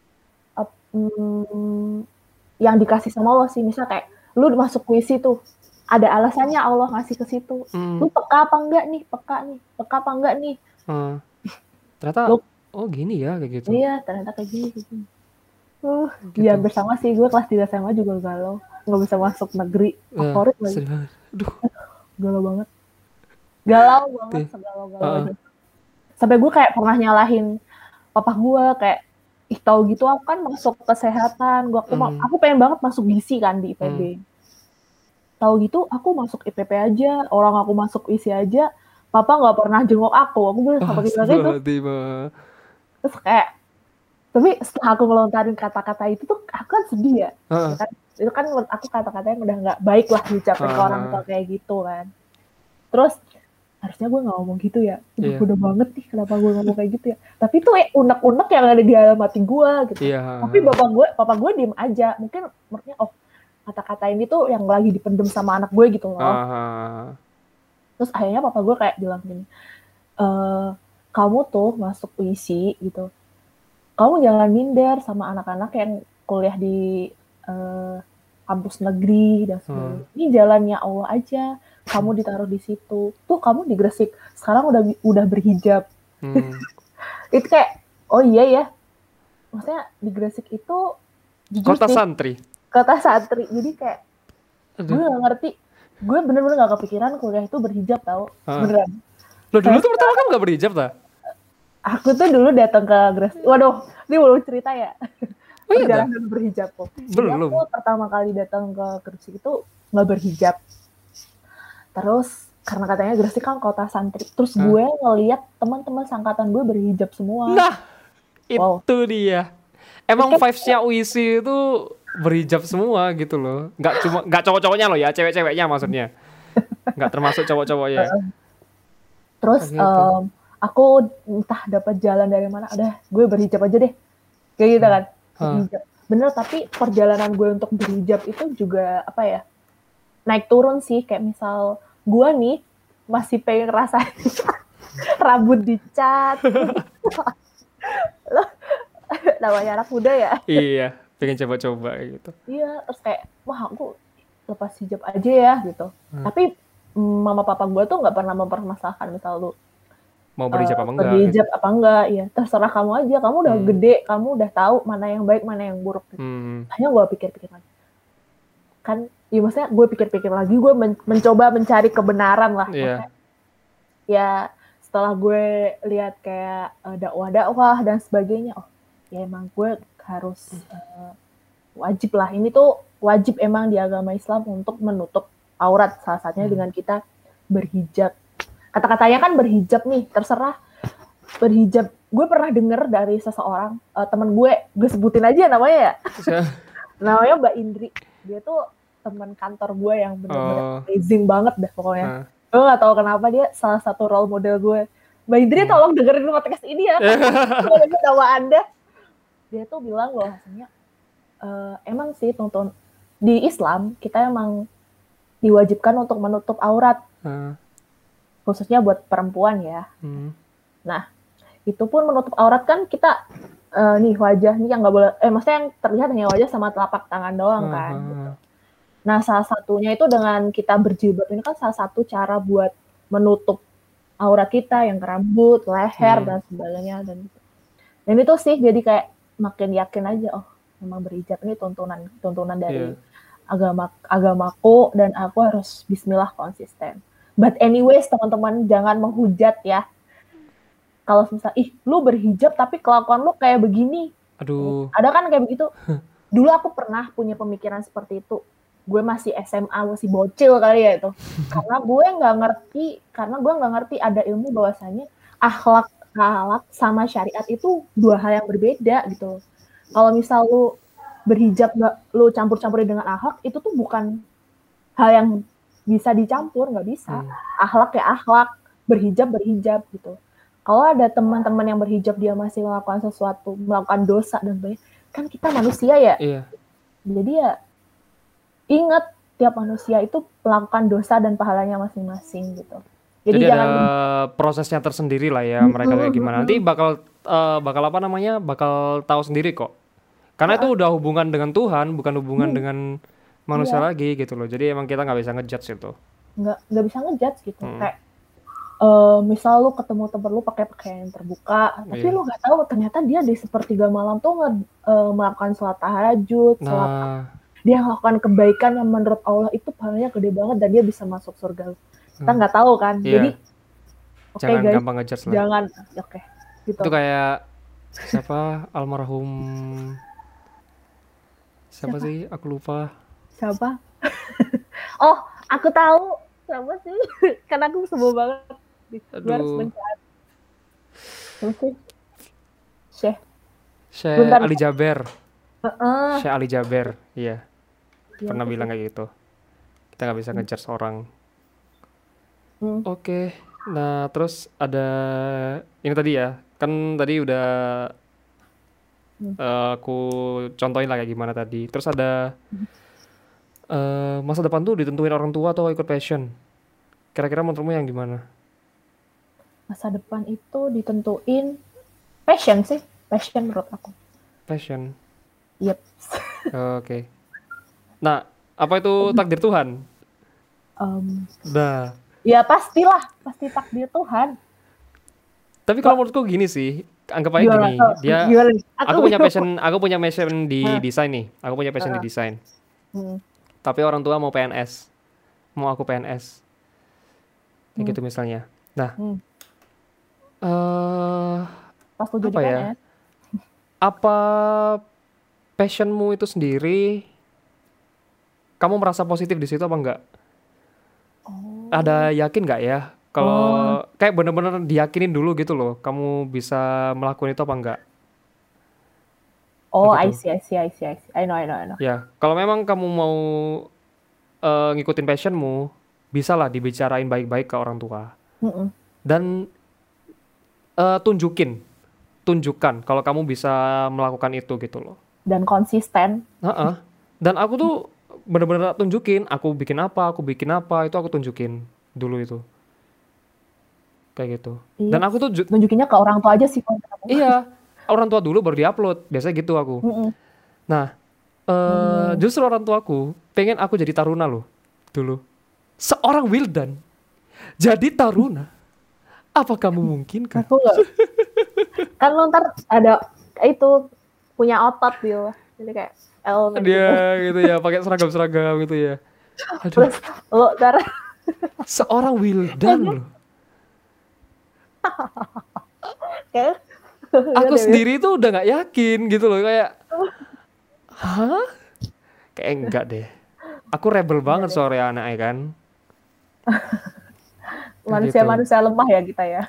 Um, yang dikasih sama Allah sih. Misal kayak lu masuk puisi tuh, ada alasannya Allah ngasih ke situ. Hmm. Lu peka apa enggak nih? Peka nih. Peka apa enggak nih? Hmm. Ternyata lu, oh gini ya kayak gitu. Iya, ternyata kayak gini gitu. Uh, gitu. Ya bersama sih gue kelas tiga S M A juga galau. Enggak bisa masuk negeri favorit uh, lagi. Aduh. Galau banget. Galau banget, segalau-galau uh. Sampai gue kayak pernah nyalahin papa gue kayak ih tahu gitu aku kan masuk kesehatan, gua aku mm. aku pengen banget masuk gizi kan di I P B. Mm. Tahu gitu aku masuk I P P aja, orang aku masuk I S I aja, papa nggak pernah jenguk aku, aku bilang sama kita gitu. Terus kayak, tapi setelah aku ngelontarin kata-kata itu tuh aku kan sedih ya, uh. kan itu kan menurut aku kata-kata yang udah nggak baik lah diucapin uh. ke orang tua kayak gitu kan. Terus harusnya gue nggak ngomong gitu ya, udah yeah. udah banget nih kenapa gue ngomong kayak gitu ya. Tapi tuh eh, unek-unek yang ada di dalam hati gue gitu. Yeah. Tapi bapak gue, papa gue diem aja. Mungkin maksudnya oh kata-kata ini tuh yang lagi dipendem sama anak gue gitu loh. Uh-huh. Terus akhirnya papa gue kayak bilang gini, e, kamu tuh masuk U I S I gitu, kamu jangan minder sama anak-anak yang kuliah di uh, kampus negeri dan sebagainya. Hmm. Ini jalannya Allah aja, kamu ditaruh di situ. Tuh kamu di Gresik sekarang udah udah berhijab. Hmm. Itu kayak oh iya ya. Maksudnya di Gresik itu kota sih, santri. Kota santri. Jadi kayak gue gak ngerti. Gue bener-bener gak kepikiran kuliah itu berhijab tau. Uh. Beneran. Lo dulu tuh pertama kan gak berhijab tak? Aku tuh dulu datang ke Gresik. Waduh, ini belum cerita ya. Oh, iya, perjalanan berhijab kok. Belum. Aku pertama kali datang ke Gresik itu nggak berhijab. Terus karena katanya Gresik kan kota santri. Terus huh? gue ngeliat teman-teman sangkatan gue berhijab semua. Nah, wow. Itu dia. Emang vibes-nya U I S I itu berhijab semua gitu loh. Nggak cuma nggak cowok-cowoknya loh ya, cewek-ceweknya maksudnya. Nggak termasuk cowok-cowoknya. Terus um, aku entah dapat jalan dari mana. Udah, gue berhijab aja deh. Kayak gitu kan. Berhijab. Bener, tapi perjalanan gue untuk berhijab itu juga apa ya, naik turun sih. Kayak misal gue nih masih pengen ngerasain rambut dicat. Loh, namanya anak muda ya. Iya, pengen coba-coba gitu. Iya, terus kayak wah aku lepas hijab aja ya gitu. Hmm. Tapi mama papa gue tuh nggak pernah mempermasalahkan misal lu mau berhijab uh, apa enggak? Berhijab gitu. Apa enggak? Ya terserah kamu aja. Kamu udah hmm. gede, kamu udah tahu mana yang baik, mana yang buruk. Gitu. Hmm. Hanya gue pikir-pikir lagi. Kan, ya maksudnya gue pikir-pikir lagi, gue men- mencoba mencari kebenaran lah. Yeah. Ya setelah gue lihat kayak uh, dakwah-dakwah dan sebagainya, oh ya emang gue harus uh, wajib lah. Ini tuh wajib emang di agama Islam untuk menutup aurat. Salah satunya hmm. dengan kita berhijab. Kata-katanya kan berhijab nih, terserah berhijab. Gue pernah denger dari seseorang, uh, teman gue, gue sebutin aja namanya ya. Namanya Mbak Indri. Dia tuh teman kantor gue yang bener-bener oh. amazing banget dah pokoknya. Uh. Gue gak tahu kenapa dia salah satu role model gue. Mbak Indri hmm. tolong dengerin podcast ini ya. Gue dengar nama Anda. Dia tuh bilang bahwasanya, uh, emang sih tonton di Islam, kita emang diwajibkan untuk menutup aurat. Uh. Khususnya buat perempuan ya. Hmm. Nah, itu pun menutup aurat kan kita uh, nih wajah nih yang nggak boleh, eh maksudnya yang terlihat hanya wajah sama telapak tangan doang uh-huh. kan. Gitu. Nah, salah satunya itu dengan kita berjilbab ini kan salah satu cara buat menutup aurat kita yang rambut, leher hmm. dan sebagainya dan itu. Dan itu sih jadi kayak makin yakin aja, oh memang berhijab ini tuntunan tuntunan dari yeah. agama agamaku dan aku harus bismillah konsisten. But anyways, teman-teman jangan menghujat ya. Kalau misalnya, ih lu berhijab tapi kelakuan lu kayak begini. Aduh. Ada kan kayak begitu. Dulu aku pernah punya pemikiran seperti itu. Gue masih S M A, masih bocil kali ya itu. Karena gue nggak ngerti, karena gue nggak ngerti ada ilmu bahwasanya akhlak, akhlak sama syariat itu dua hal yang berbeda gitu. Kalau misal lu berhijab nggak lu campur-campurin dengan akhlak, itu tuh bukan hal yang bisa dicampur, nggak bisa. Hmm. Akhlak ya akhlak, berhijab berhijab gitu. Kalau ada teman-teman yang berhijab dia masih melakukan sesuatu, melakukan dosa dan sebagainya, kan kita manusia ya. Iya. Jadi ya ingat tiap manusia itu melakukan dosa dan pahalanya masing-masing gitu. Jadi, Jadi jangan ada prosesnya tersendiri lah ya, mereka kayak gimana. Nanti bakal uh, bakal apa namanya? Bakal tahu sendiri kok. Karena nah. itu udah hubungan dengan Tuhan, bukan hubungan hmm. dengan manusia iya. lagi gitu loh. Jadi emang kita nggak bisa ngejudge itu. Nggak nggak bisa ngejudge gitu. Hmm. Kayak uh, misal lu ketemu temen lu pakai pakaian yang terbuka, tapi yeah. lu nggak tahu ternyata dia di sepertiga malam tuh nge, uh, melakukan sholat tahajud, nah. sholat dia melakukan kebaikan yang menurut Allah itu pahalanya gede banget dan dia bisa masuk surga. Kita nggak hmm. tahu kan. Yeah. Jadi oke okay, guys, gampang ngejudge lah. Jangan oke. Okay, gitu. Itu kayak siapa almarhum siapa, siapa sih? Aku lupa. Siapa? Oh, aku tahu siapa sih? Karena aku sebel banget. Gue harus mencari. Siapa sih? Syekh. Syekh Ali Jaber. Uh-uh. Syekh Ali Jaber, iya. Ya, pernah bilang kayak gitu. Kita nggak bisa hmm. ngejar seorang. Hmm. Oke, okay. Nah terus ada ini tadi ya. Kan tadi udah hmm. uh, aku contohin lah kayak gimana tadi. Terus ada hmm. uh, masa depan tuh ditentuin orang tua atau ikut passion. Kira-kira menurutmu yang gimana? Masa depan itu ditentuin passion sih. Passion menurut aku. Passion. Yep. Oke. Okay. Nah Apa itu takdir Tuhan? Um, Nah, ya pastilah, pasti takdir Tuhan. tapi kalau menurutku gini sih, anggap aja Gimana? gini, Oh, dia, gimana? aku punya passion, aku punya passion di Hah? desain nih, aku punya passion di Heeh. desain. Hmm. Tapi orang tua mau P N S, mau aku P N S, kayak Hmm. gitu misalnya. Nah, Hmm. eh Pas lu jadi apa ya? P N S. Apa passionmu itu sendiri, kamu merasa positif di situ apa enggak? Oh. Ada yakin nggak ya? Kalau Oh. kayak bener-bener diyakinin dulu gitu loh, kamu bisa melakukan itu apa enggak? Oh, Kayak I gitu. see, I see, I see, I see. I know, I know, I know. Ya, kalau memang kamu mau eh, ngikutin passionmu, bisalah dibicarain baik-baik ke orang tua. Mm-mm. Dan eh, tunjukin, tunjukkan kalau kamu bisa melakukan itu gitu loh. Dan konsisten. Heeh. Dan aku tuh bener-bener tunjukin, aku bikin apa, aku bikin apa, itu aku tunjukin dulu itu. Kayak gitu. Iya. Dan aku tuh, ju- Tunjukinnya ke orang tua aja sih kalau kamu. iya, orang tua dulu baru diupload. Biasanya gitu aku. Mm-mm. Nah, eh Hmm. justru orang tuaku pengen aku jadi taruna loh, dulu. Seorang Wildan jadi taruna. Apa kamu mungkin kan? Aku nggak. Kan lo ntar ada itu punya otot dia. Jadi kayak elemen Dia gitu. gitu ya, pakai seragam-seragam gitu ya. Aduh, Terus lo ntar seorang Wildan loh. kayak Aku udah, sendiri tuh udah nggak yakin gitu loh, kayak, hah? Kayak enggak deh. Aku rebel banget sore anaknya kan. Kayak gitu. manusia-manusia lemah ya kita ya.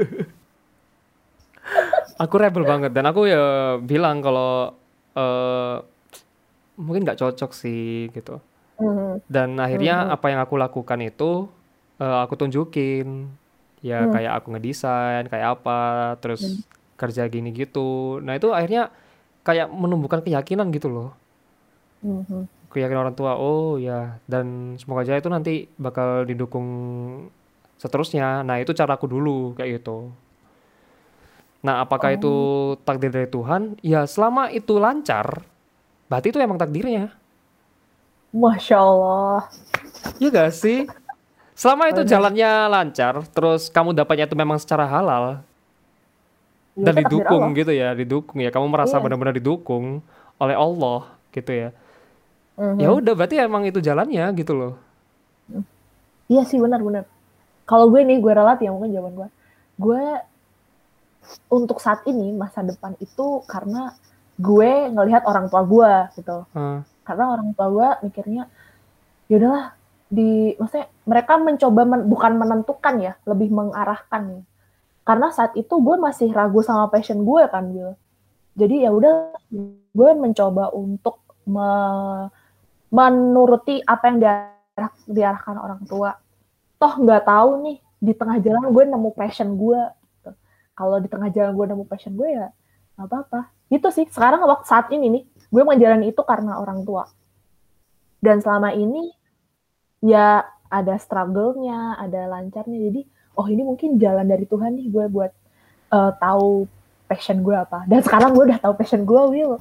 Aku rebel banget dan aku ya bilang kalau eh mungkin nggak cocok sih gitu. Hmm. Dan akhirnya Hmm. apa yang aku lakukan itu eh, aku tunjukin. Ya Hmm. kayak aku ngedesain, kayak apa, terus Hmm. kerja gini gitu. Nah itu akhirnya kayak menumbuhkan keyakinan gitu loh. Hmm. Keyakinan orang tua, oh ya. Dan semoga aja itu nanti bakal didukung seterusnya. Nah itu caraku dulu kayak gitu. Nah apakah itu Oh, takdir dari Tuhan? Ya selama itu lancar, berarti itu emang takdirnya. Masya Allah. Iya gak sih? Selama itu Bener. jalannya lancar, terus kamu dapatnya itu memang secara halal Ya, dan itu takdir didukung Allah. gitu ya, didukung ya, kamu merasa Iya. benar-benar didukung oleh Allah gitu ya. Ya Mhm. udah berarti emang itu jalannya gitu loh. Iya sih benar-benar. Kalau gue nih, gue ralat ya mungkin jawaban gue. Gue untuk saat ini masa depan itu karena gue ngelihat orang tua gue gitu. Uh, Karena orang tua gue mikirnya ya udahlah di maksudnya mereka mencoba men- bukan menentukan ya, lebih mengarahkan ya. Karena saat itu gue masih ragu sama passion gue kan, Bil. Jadi ya udah gue mencoba untuk me- menuruti apa yang diarah, diarahkan orang tua. Toh nggak tahu nih di tengah jalan gue nemu passion gue. Kalau di tengah jalan gue nemu passion gue ya nggak apa-apa. Itu sih sekarang waktu saat ini nih gue menjalani itu karena orang tua. Dan selama ini ya ada struggle-nya, ada lancarnya. Jadi oh ini mungkin jalan dari Tuhan nih gue buat uh, tahu passion gue apa. Dan sekarang gue udah tahu passion gue, Will.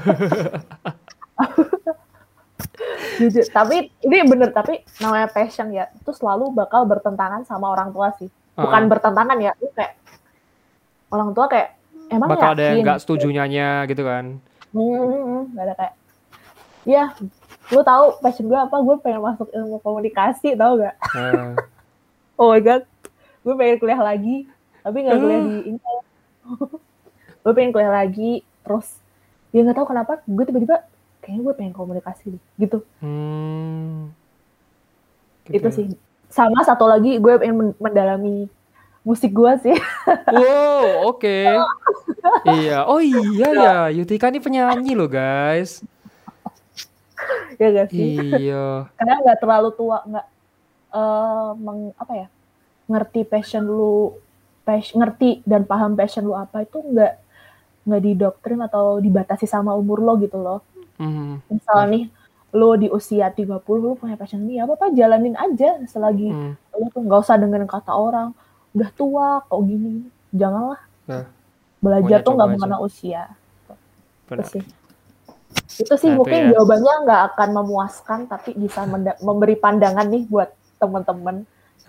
Jujur, tapi ini bener, tapi namanya passion ya, itu selalu bakal bertentangan sama orang tua sih. Bukan uh, bertentangan ya, itu kayak orang tua kayak emang bakal ada yang yakin. nggak setujunya gitu kan. Hmm, gak ada kayak, ya, lu tahu passion gue apa? Gue pengen masuk ilmu komunikasi, tau gak? Uh, Oh my god, gue pengen kuliah lagi, tapi nggak kuliah di Intel. Gue pengen kuliah lagi, terus ya nggak tahu kenapa, gue tiba-tiba kayaknya gue pengen komunikasi gitu. hmm, gitu Itu ya. sih. Sama satu lagi gue pengen mendalami musik gue sih. Wow, oke. Okay. Iya, oh iya ya, Yutika ini penyanyi loh guys. Ya gak sih? Iya. Karena nggak terlalu tua, nggak uh, meng, apa ya, ngerti passion lu, passion, ngerti dan paham passion lu apa itu nggak nggak didoktrin atau dibatasi sama umur lo gitu loh. Mm-hmm. Misalnya nih, lo di usia tiga puluh lo punya passion ini, apa-apa jalanin aja selagi mm. lo tuh nggak usah dengerin kata orang, udah tua kok gini, janganlah. Nah, belajar tuh nggak mengenal usia. Benar. Sih. Itu sih Nah, itu mungkin ya. jawabannya nggak akan memuaskan, tapi bisa menda- memberi pandangan nih buat teman-teman.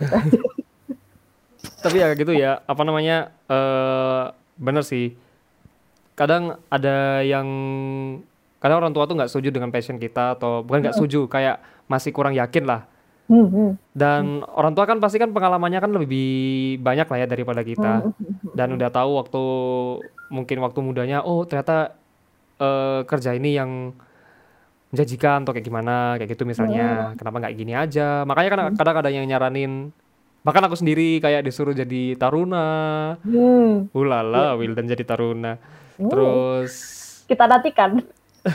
Tapi ya gitu ya, apa namanya, eh bener sih. Kadang ada yang, kadang orang tua tuh nggak setuju dengan passion kita, atau bukan nggak Hmm, setuju, kayak masih kurang yakin lah. hmm, hmm, Dan orang tua kan pasti kan pengalamannya kan lebih banyak lah ya daripada kita. hmm, Dan udah tahu waktu, mungkin waktu mudanya, oh ternyata eh, kerja ini yang menjanjikan atau kayak gimana, kayak gitu misalnya. hmm, Kenapa nggak gini aja? Makanya kan hmm, kadang ada yang nyaranin, bahkan aku sendiri kayak disuruh jadi taruna. hmm, ya, Ulala, Wildan jadi taruna. hmm. Terus Kita nantikan.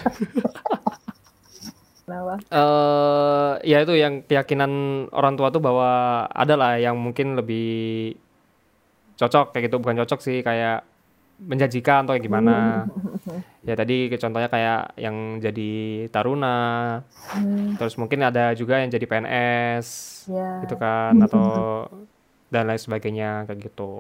Kenapa? eh ya itu yang keyakinan orang tua tuh bahwa ada lah yang mungkin lebih cocok kayak gitu, bukan cocok sih, kayak menjanjikan atau kayak gimana. Hmm, Ya tadi contohnya kayak yang jadi taruna, hmm, terus mungkin ada juga yang jadi P N S gitu ya, kan, atau dan lain sebagainya kayak gitu.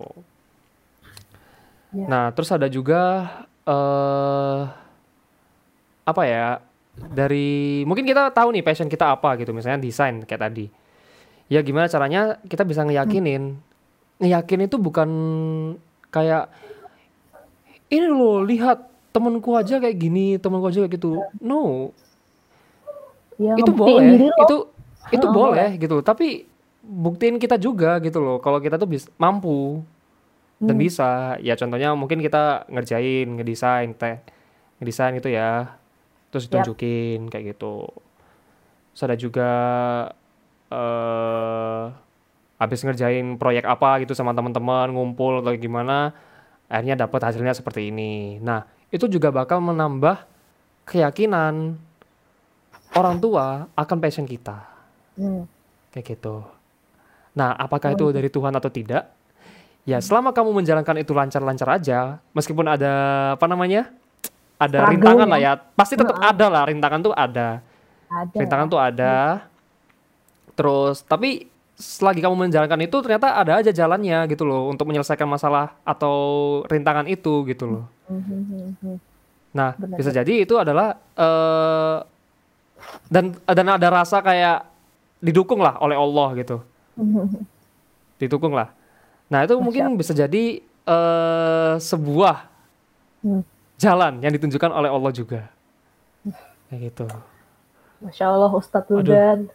ya. Nah, terus ada juga eh apa ya? Dari mungkin kita tahu nih passion kita apa gitu, misalnya desain kayak tadi. Ya gimana caranya kita bisa Hmm, ngeyakinin. Ngeyakin itu bukan kayak ini loh, lihat temenku aja kayak gini, temenku aja kayak gitu. No, ya itu ngebuktiin boleh, diri loh. itu itu Heeh, boleh. boleh gitu. Tapi buktiin kita juga gitu loh. Kalau kita tuh bis, mampu dan Hmm, bisa. Ya contohnya mungkin kita ngerjain, ngedesain, teh, ngedesain gitu ya. Terus siap. tunjukin kayak gitu. Terus ada juga eh habis ngerjain proyek apa gitu sama teman-teman, ngumpul atau gimana, akhirnya dapat hasilnya seperti ini. Nah, itu juga bakal menambah keyakinan orang tua akan passion kita. Hmm. Kayak gitu. Nah, apakah Oh, itu iya. dari Tuhan atau tidak? Ya, selama kamu menjalankan itu lancar-lancar aja, meskipun ada apa namanya? Ada rintangan lah Struggle-nya. ya. Pasti tetap Heeh, ada lah, rintangan tuh ada. ada Rintangan lah. tuh ada. Terus, tapi selagi kamu menjalankan itu ternyata ada aja jalannya gitu loh untuk menyelesaikan masalah atau rintangan itu gitu loh. Hmm, hmm, hmm, hmm. Nah, bisa Benar-benar. jadi itu adalah eh dan dan ada rasa kayak didukung lah oleh Allah gitu. Didukung lah. Nah, itu Masya mungkin bisa jadi eh sebuah Allah. jalan yang ditunjukkan oleh Allah juga. Kayak gitu. Masya Allah Ustadz Aduh, Wildan.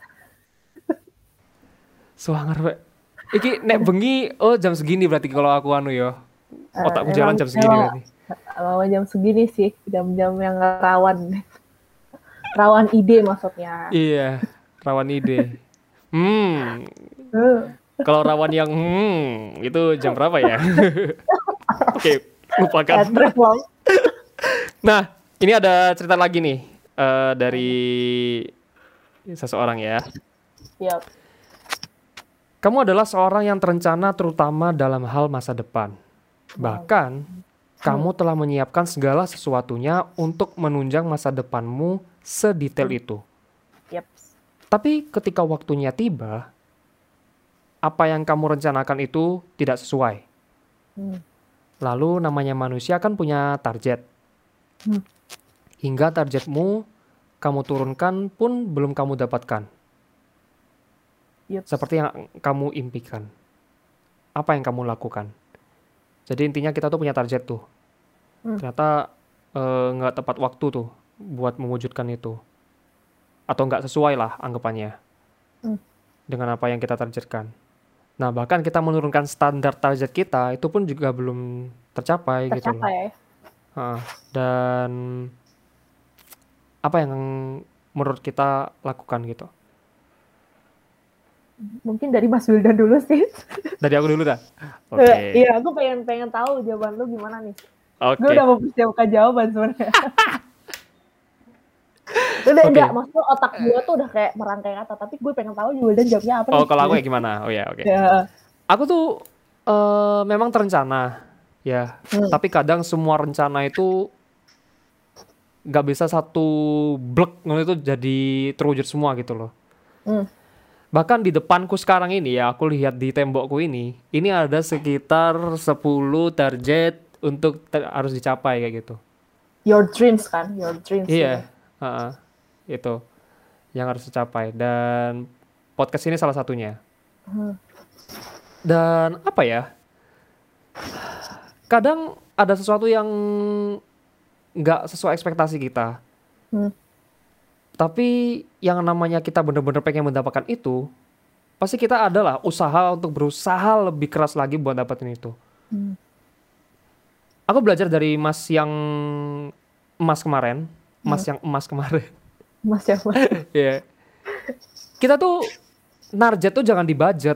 suangar Pak. Iki nek bengi, oh jam segini berarti kalau aku anu ya. Eh, Otakku jalan emang jam segini emang berarti. emang jam segini sih, jam-jam yang rawan, rawan ide maksudnya. Iya, rawan ide. Hmm, Eh, kalau rawan yang hmm, itu jam berapa ya? Oke, lupakan. eh, trip long. Nah, ini ada cerita lagi nih eh, dari seseorang ya. Siap. Kamu adalah seorang yang terencana terutama dalam hal masa depan. Wow. Bahkan, kamu Hmm. telah menyiapkan segala sesuatunya untuk menunjang masa depanmu sedetail Hmm. itu. Yep. Tapi ketika waktunya tiba, apa yang kamu rencanakan itu tidak sesuai. Hmm. Lalu namanya manusia kan punya target. Hmm. Hingga targetmu kamu turunkan pun belum kamu dapatkan. Yep. Seperti yang kamu impikan. Apa yang kamu lakukan? Jadi intinya kita tuh punya target tuh. Hmm. Ternyata eh, nggak tepat waktu tuh buat mewujudkan itu. Atau nggak sesuai lah anggapannya. Hmm. Dengan apa yang kita targetkan. Nah, bahkan kita menurunkan standar target kita, itu pun juga belum tercapai gitu loh. Tercapai ya. Ha, dan apa yang menurut kita lakukan gitu. Mungkin dari Mas Wildan dulu sih. Dari aku dulu dah. Oke. Eh, Iya, aku pengen pengen tahu jawaban lu gimana nih. Gue Oke. udah mempersiapkan jawaban sebenarnya. Udah Oke. enggak, maksudnya otak gue tuh udah kayak merangkai kata, tapi gue pengen tahu Wildan jawabnya apa Oh, nih. kalau aku ya gimana? Oh ya, oke. Ya. Aku tuh eh, memang terencana, ya. Hmm. Tapi kadang semua rencana itu nggak bisa satu blek itu jadi terwujud semua gitu loh. Hmm. Bahkan di depanku sekarang ini ya, aku lihat di tembokku ini, ini ada sekitar sepuluh target untuk ter- harus dicapai kayak gitu. Your dreams kan, your dreams. Iya, Ha-ha, itu yang harus dicapai dan podcast ini salah satunya. Hmm. Dan apa ya? Kadang ada sesuatu yang nggak sesuai ekspektasi kita. Hmm. Tapi yang namanya kita benar-benar pengen mendapatkan itu, pasti kita adalah usaha untuk berusaha lebih keras lagi buat dapetin itu. Hmm. Aku belajar dari Mas yang emas kemarin, Mas Hmm. yang emas kemarin. Mas siapa? Ya. Kita tuh narjet tuh jangan dibudget.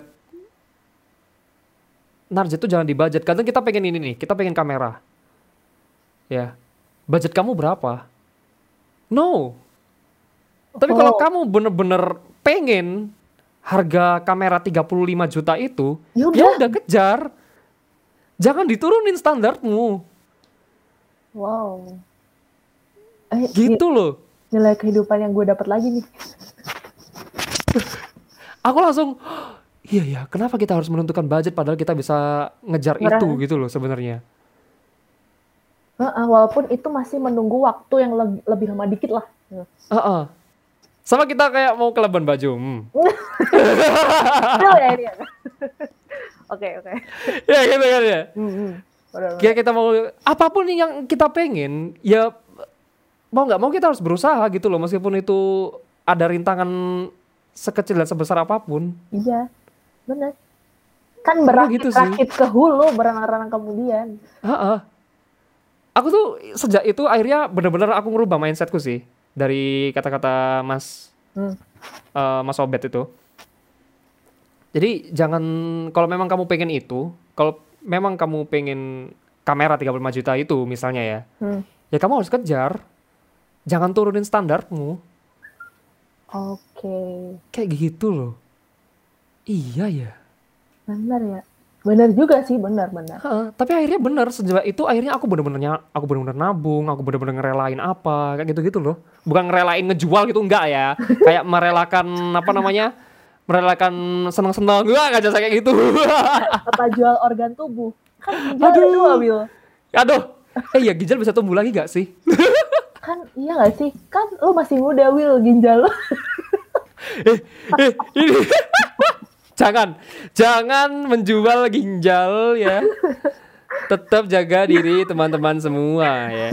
Narjet tuh jangan dibudget. Kadang kita pengen ini nih, kita pengen kamera. Ya. Budget kamu berapa? No. Tapi Oh. kalau kamu bener-bener pengen harga kamera tiga puluh lima juta itu, Yaudah. ya udah kejar. Jangan diturunin standarmu. Wow. Eh, Gitu loh. Nilai kehidupan yang gue dapat lagi nih. Aku langsung, iya ya, kenapa kita harus menentukan budget padahal kita bisa ngejar Murah. itu gitu loh sebenarnya. Nah, walaupun itu masih menunggu waktu yang lebih, lebih lama dikit lah. Uh-uh. Sama kita kayak mau ke Labuan Bajo. Hmm. Betul ya ini ya? Oke, oke. Ya gitu kan ya. Hmm, Kayak kita mau, apapun yang kita pengen, ya mau nggak mau kita harus berusaha gitu loh. Meskipun itu ada rintangan sekecil dan sebesar apapun. Iya, benar. Kan berakit-rakit ke hulu, berenang-renang kemudian. Uh-uh. Aku tuh sejak itu akhirnya bener-bener aku ngerubah mindsetku sih. Dari kata-kata Mas Hmm. uh, Mas Obet itu. Jadi jangan, kalau memang kamu pengen itu, kalau memang kamu pengen kamera tiga puluh lima juta itu misalnya ya, Hmm. ya kamu harus kejar. Jangan turunin standarmu. Oke. Kayak gitu loh. Iya ya. Benar ya. Benar juga sih, benar-benar. Ha, tapi akhirnya bener, sejak itu akhirnya aku bener-bener aku bener-bener nabung, aku bener-bener ngerelain apa, kayak gitu-gitu loh. Bukan ngerelain ngejual gitu, enggak ya. Kayak merelakan apa namanya, merelakan senang-senang, enggak, enggak jasa kayak gitu. Apa jual organ tubuh? Kan ginjal Aduh. ada dua, Bil. Aduh, eh ya ginjal bisa tumbuh lagi gak sih? Kan iya gak sih? Kan lu masih muda, Will, ginjal lu. eh, eh, ini... Jangan, jangan menjual ginjal ya. Tetap jaga diri teman-teman semua ya.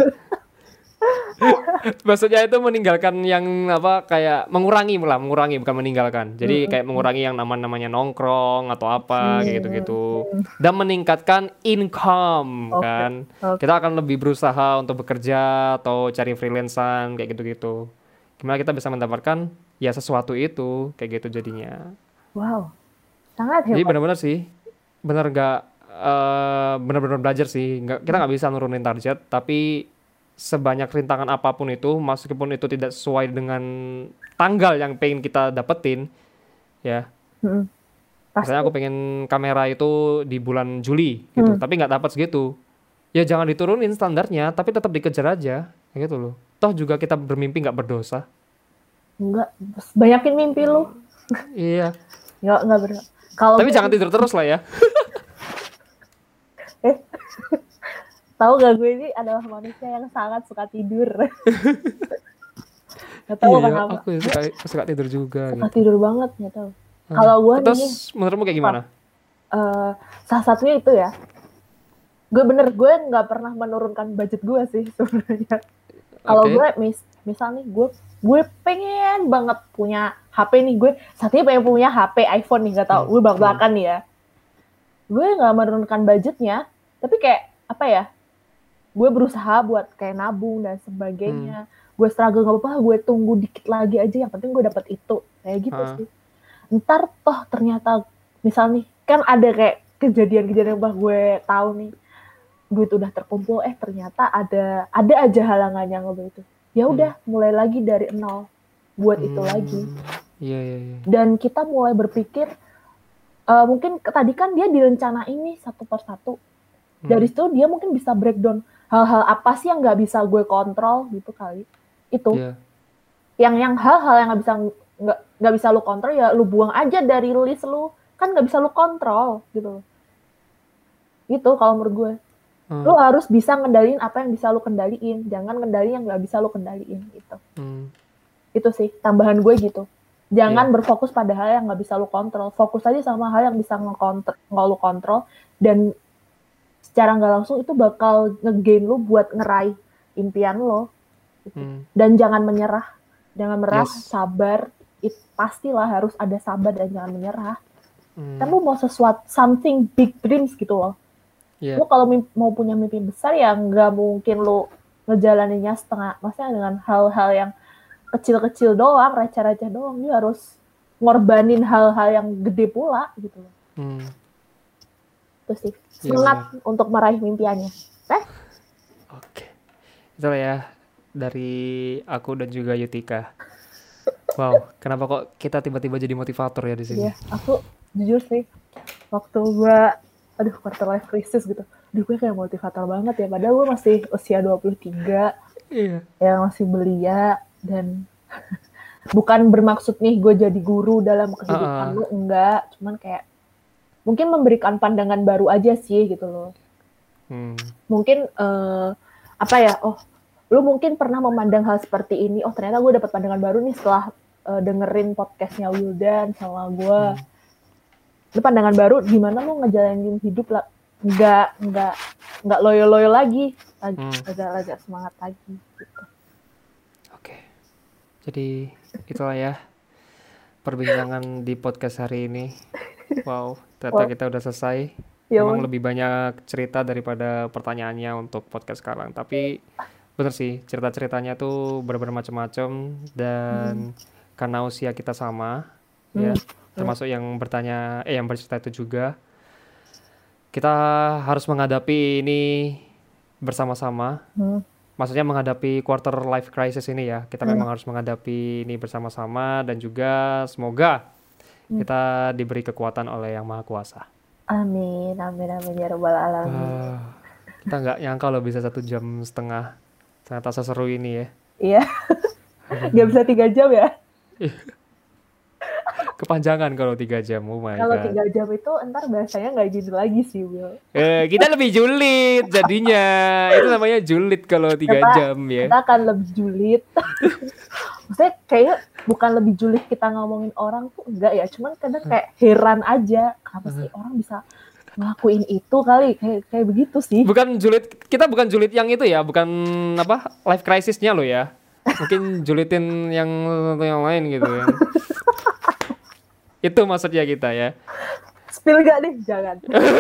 Maksudnya itu meninggalkan yang apa, kayak mengurangi lah, mengurangi bukan meninggalkan. Jadi kayak mengurangi yang nama-namanya nongkrong atau apa kayak gitu-gitu. Dan meningkatkan income Okay. kan. Okay. Kita akan lebih berusaha untuk bekerja atau cari freelancean kayak gitu-gitu. Gimana kita bisa mendapatkan ya sesuatu itu kayak gitu jadinya. Wow. Sangat hebat. Jadi benar-benar sih, benar nggak uh, benar-benar belajar sih. Nggak, kita nggak bisa nurunin target, tapi sebanyak rintangan apapun itu, meskipun itu tidak sesuai dengan tanggal yang pengen kita dapetin, ya. Hmm. Misalnya aku pengen kamera itu di bulan Juli, gitu, Hmm. tapi nggak dapat segitu. Ya jangan diturunin standarnya, tapi tetap dikejar aja, kayak gitu loh. Toh juga kita bermimpi nggak berdosa. Enggak, banyakin mimpi lu. Iya. Enggak, enggak berdosa. Kalau Tapi gue, jangan tidur terus lah ya. eh, tahu gak gue ini adalah manusia yang sangat suka tidur. Gak tahu Iya, kenapa. aku suka, suka tidur juga. Suka Gitu. tidur banget, gak tahu. Hmm. Kalau gue Terus nih, menurutmu kayak gimana? Uh, salah satunya itu ya. Gue bener, gue nggak pernah menurunkan budget gue sih sebenarnya. Kalau Oke. gue, mis, misal nih, gue gue pengen banget punya H P nih, gue saatnya pengen punya H P iPhone nih, gak tau, Hmm. gue belak-belakan nih ya. Gue nggak menurunkan budgetnya, tapi kayak apa ya? Gue berusaha buat kayak nabung dan sebagainya. Gue struggle nggak apa-apa, gue tunggu dikit lagi aja, yang penting gue dapet itu, kayak gitu Ah. sih. Ntar toh ternyata, misal nih, kan ada kayak kejadian-kejadian bah gue tahu nih, duit udah terkumpul, eh ternyata ada ada aja halangannya nggak begitu. Ya udah, hmm. mulai lagi dari nol, buat hmm. itu lagi. Iya iya iya. Dan kita mulai berpikir, uh, mungkin tadi kan dia direncanain nih satu per satu. Hmm. Dari situ dia mungkin bisa breakdown hal-hal apa sih yang nggak bisa gue kontrol gitu kali. Itu. Yeah. Yang yang hal-hal yang nggak bisa nggak nggak bisa lu kontrol ya lu buang aja dari list lu, kan nggak bisa lu kontrol gitu. Gitu kalau menurut gue. Hmm. Lu harus bisa ngendaliin apa yang bisa lu kendaliin, jangan ngendaliin yang nggak bisa lu kendaliin gitu. Hmm. Itu sih tambahan gue gitu. Jangan yeah. berfokus pada hal yang nggak bisa lu kontrol. Fokus aja sama hal yang bisa ngekontrol, nggak lu kontrol, dan secara nggak langsung itu bakal nge-gain lu buat ngeraih impian lo. Gitu. Hmm. Dan jangan menyerah, jangan menyerah, yes. sabar. It, pastilah harus ada sabar dan jangan menyerah. Hmm. Kan lu mau sesuatu something big dreams gitu loh. Yeah. Lu kalau mimpi, mau punya mimpi besar ya nggak mungkin lu ngejalaninnya setengah, maksudnya dengan hal-hal yang kecil-kecil doang, receh-receh doang. Lu harus ngorbanin hal-hal yang gede pula gitu loh. Hmm. Terus sih semangat yeah, untuk meraih mimpiannya. Eh? Oke, okay. Itulah ya dari aku dan juga Yutika. Wow, kenapa kok kita tiba-tiba jadi motivator ya di sini? Iya, aku jujur sih, waktu gue, aduh quarter life crisis gitu, aduh gue kayak motivator banget ya, padahal gue masih usia dua puluh tiga, iya. Ya masih belia, dan bukan bermaksud nih gue jadi guru dalam kehidupan uh-uh. lu, enggak, cuman kayak, mungkin memberikan pandangan baru aja sih gitu loh. Hmm. Mungkin, uh, apa ya, oh, lu mungkin pernah memandang hal seperti ini, oh ternyata gue dapat pandangan baru nih setelah uh, dengerin podcastnya Wildan sama gue. Hmm. Itu pandangan baru gimana lu ngejalanin hidup lah, nggak nggak nggak loyo-loyo lagi, lagi hmm. agak-agak semangat lagi gitu. Oke, jadi itulah ya perbincangan di podcast hari ini. Wow, ternyata wow. kita udah selesai. Ya, Memang man. lebih banyak cerita daripada pertanyaannya untuk podcast sekarang, tapi bener sih cerita-ceritanya tuh benar-benar macam-macam dan hmm. karena usia kita sama, hmm. ya. termasuk yang bertanya, eh yang bercerita itu juga, kita harus menghadapi ini bersama-sama. Hmm. Maksudnya menghadapi quarter life crisis ini ya, kita hmm. memang harus menghadapi ini bersama-sama dan juga semoga hmm. kita diberi kekuatan oleh Yang Maha Kuasa. Amin, amin, amin ya Rabbal Alamin. Uh, kita nggak nyangka loh bisa satu jam setengah, ternyata seseru ini ya. Iya, nggak bisa tiga jam ya. Kepanjangan kalau tiga jam, oh my Kalau god. tiga jam itu entar bahasanya nggak gini lagi sih, Will. Eh, kita lebih julid jadinya. Itu namanya julid kalau tiga jam ya. Kita akan lebih julid. Maksudnya kayaknya bukan lebih julid kita ngomongin orang tuh enggak ya, cuman kadang kayak heran aja kenapa sih orang bisa ngelakuin itu kali, kayak kayak begitu sih. Bukan julid, kita bukan julid yang itu ya, bukan apa life crisisnya lo ya. Mungkin julidin yang yang lain gitu ya. Itu maksudnya kita ya. Spill gak nih? Jangan.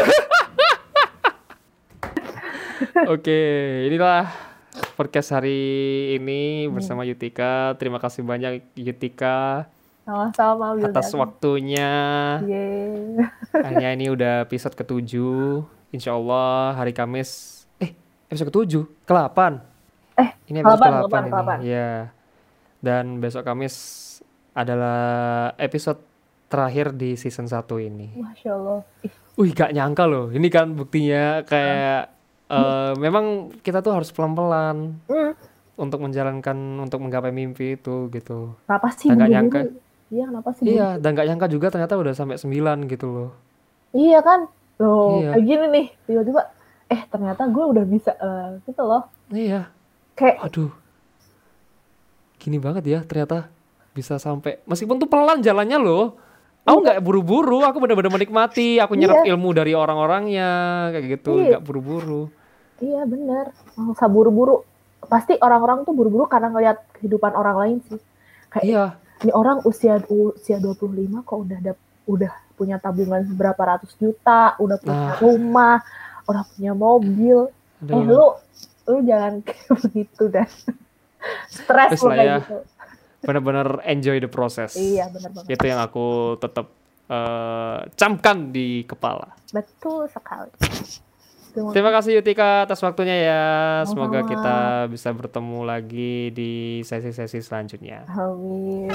Oke, inilah podcast hari ini bersama Yutika. Terima kasih banyak Yutika. Sama-sama Wildan. Atas waktunya. Yeah. Hanya ini udah episode ketujuh. Insya Allah hari Kamis. Eh, episode ketujuh? Ke-delapan. Eh, ini episode ke-delapan ini. Ya. Dan besok Kamis adalah episode terakhir di season satu ini. Masya Allah. Wih, gak nyangka loh. Ini kan buktinya kayak hmm. uh, memang kita tuh harus pelan-pelan hmm. untuk menjalankan, untuk menggapai mimpi itu gitu. Kenapa sih? Dan gak nyangka. Iya, kenapa sih? Iya, dan gak nyangka juga ternyata udah sampai sembilan gitu loh. Iya kan? Loh, iya. Kayak gini nih. Tiba-tiba, eh ternyata gue udah bisa uh, gitu loh. Iya. Kayak, aduh. Gini banget ya ternyata bisa sampai. Meskipun tuh pelan jalannya loh. Aku nggak buru-buru, aku benar-benar menikmati, aku nyerap iya. ilmu dari orang-orangnya, kayak gitu, nggak iya. buru-buru. Iya benar, nggak usah buru-buru. Pasti orang-orang tuh buru-buru karena ngeliat kehidupan orang lain sih. Kayak iya. ini orang usia usia dua puluh lima kok udah ada, udah punya tabungan berapa ratus juta, udah punya nah. rumah, udah punya mobil. Aduh. Eh lu, lu jangan kayak begitu dah. Stres lu kayak ya. gitu. Benar-benar enjoy the process. Iya, benar banget. Itu yang aku tetap uh, camkan di kepala. Betul sekali. Terima kasih Yutika atas waktunya ya. Semoga kita bisa bertemu lagi di sesi-sesi selanjutnya. Amin.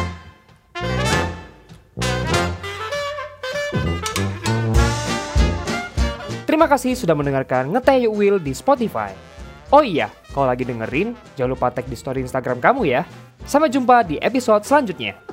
Terima kasih sudah mendengarkan Ngeteh Yuk Will di Spotify. Oh iya, kalau lagi dengerin, jangan lupa tag di story Instagram kamu ya. Sampai jumpa di episode selanjutnya.